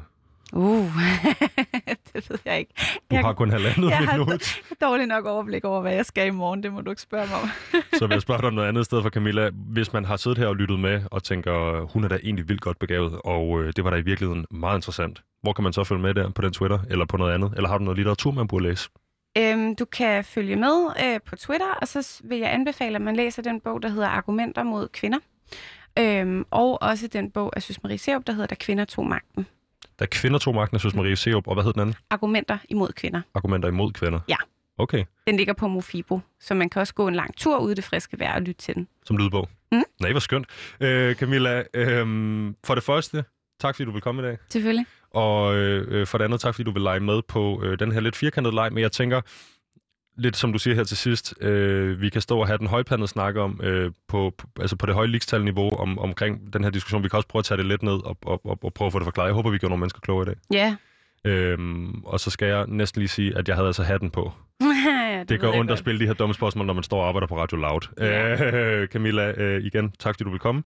Det ved jeg ikke. Du har kun halvandet minut. Jeg har dårligt nok overblik over, hvad jeg skal i morgen. Det må du ikke spørge mig om. Så vil jeg spørge dig om noget andet sted for Camilla. Hvis man har siddet her og lyttet med og tænker, hun er da egentlig vildt godt begavet, og det var da i virkeligheden meget interessant. Hvor kan man så følge med der? På den Twitter eller på noget andet? Eller har du noget litteratur, man burde læse? Du kan følge med på Twitter, og så vil jeg anbefale, at man læser den bog, der hedder Argumenter mod kvinder. Og også den bog af Søs Marie Serup, der hedder Da kvinder tog magten. Da kvinder tog magten af Søs Marie Serup, og hvad hed den anden? Argumenter imod kvinder. Argumenter imod kvinder? Ja. Okay. Den ligger på Mofibo, så man kan også gå en lang tur ude i det friske vejr og lytte til den. Som lydbog? Nej, hvor skønt. Camilla, for det første, tak fordi du vil komme i dag. Selvfølgelig. Og for det andet, tak fordi du vil lege med på den her lidt firkantede leg, men jeg tænker, lidt som du siger her til sidst, vi kan stå og have den højpandede snak om, på det høje ligestalniveau omkring den her diskussion. Vi kan også prøve at tage det lidt ned og prøve at få det forklaret. Jeg håber, vi gør nogle mennesker klogere i dag. Ja. Og så skal jeg næsten lige sige, at jeg havde altså hatten på. det gør ondt at spille de her dumme spørgsmål, når man står og arbejder på Radio Loud. Ja. Camilla, igen, tak fordi du vil komme.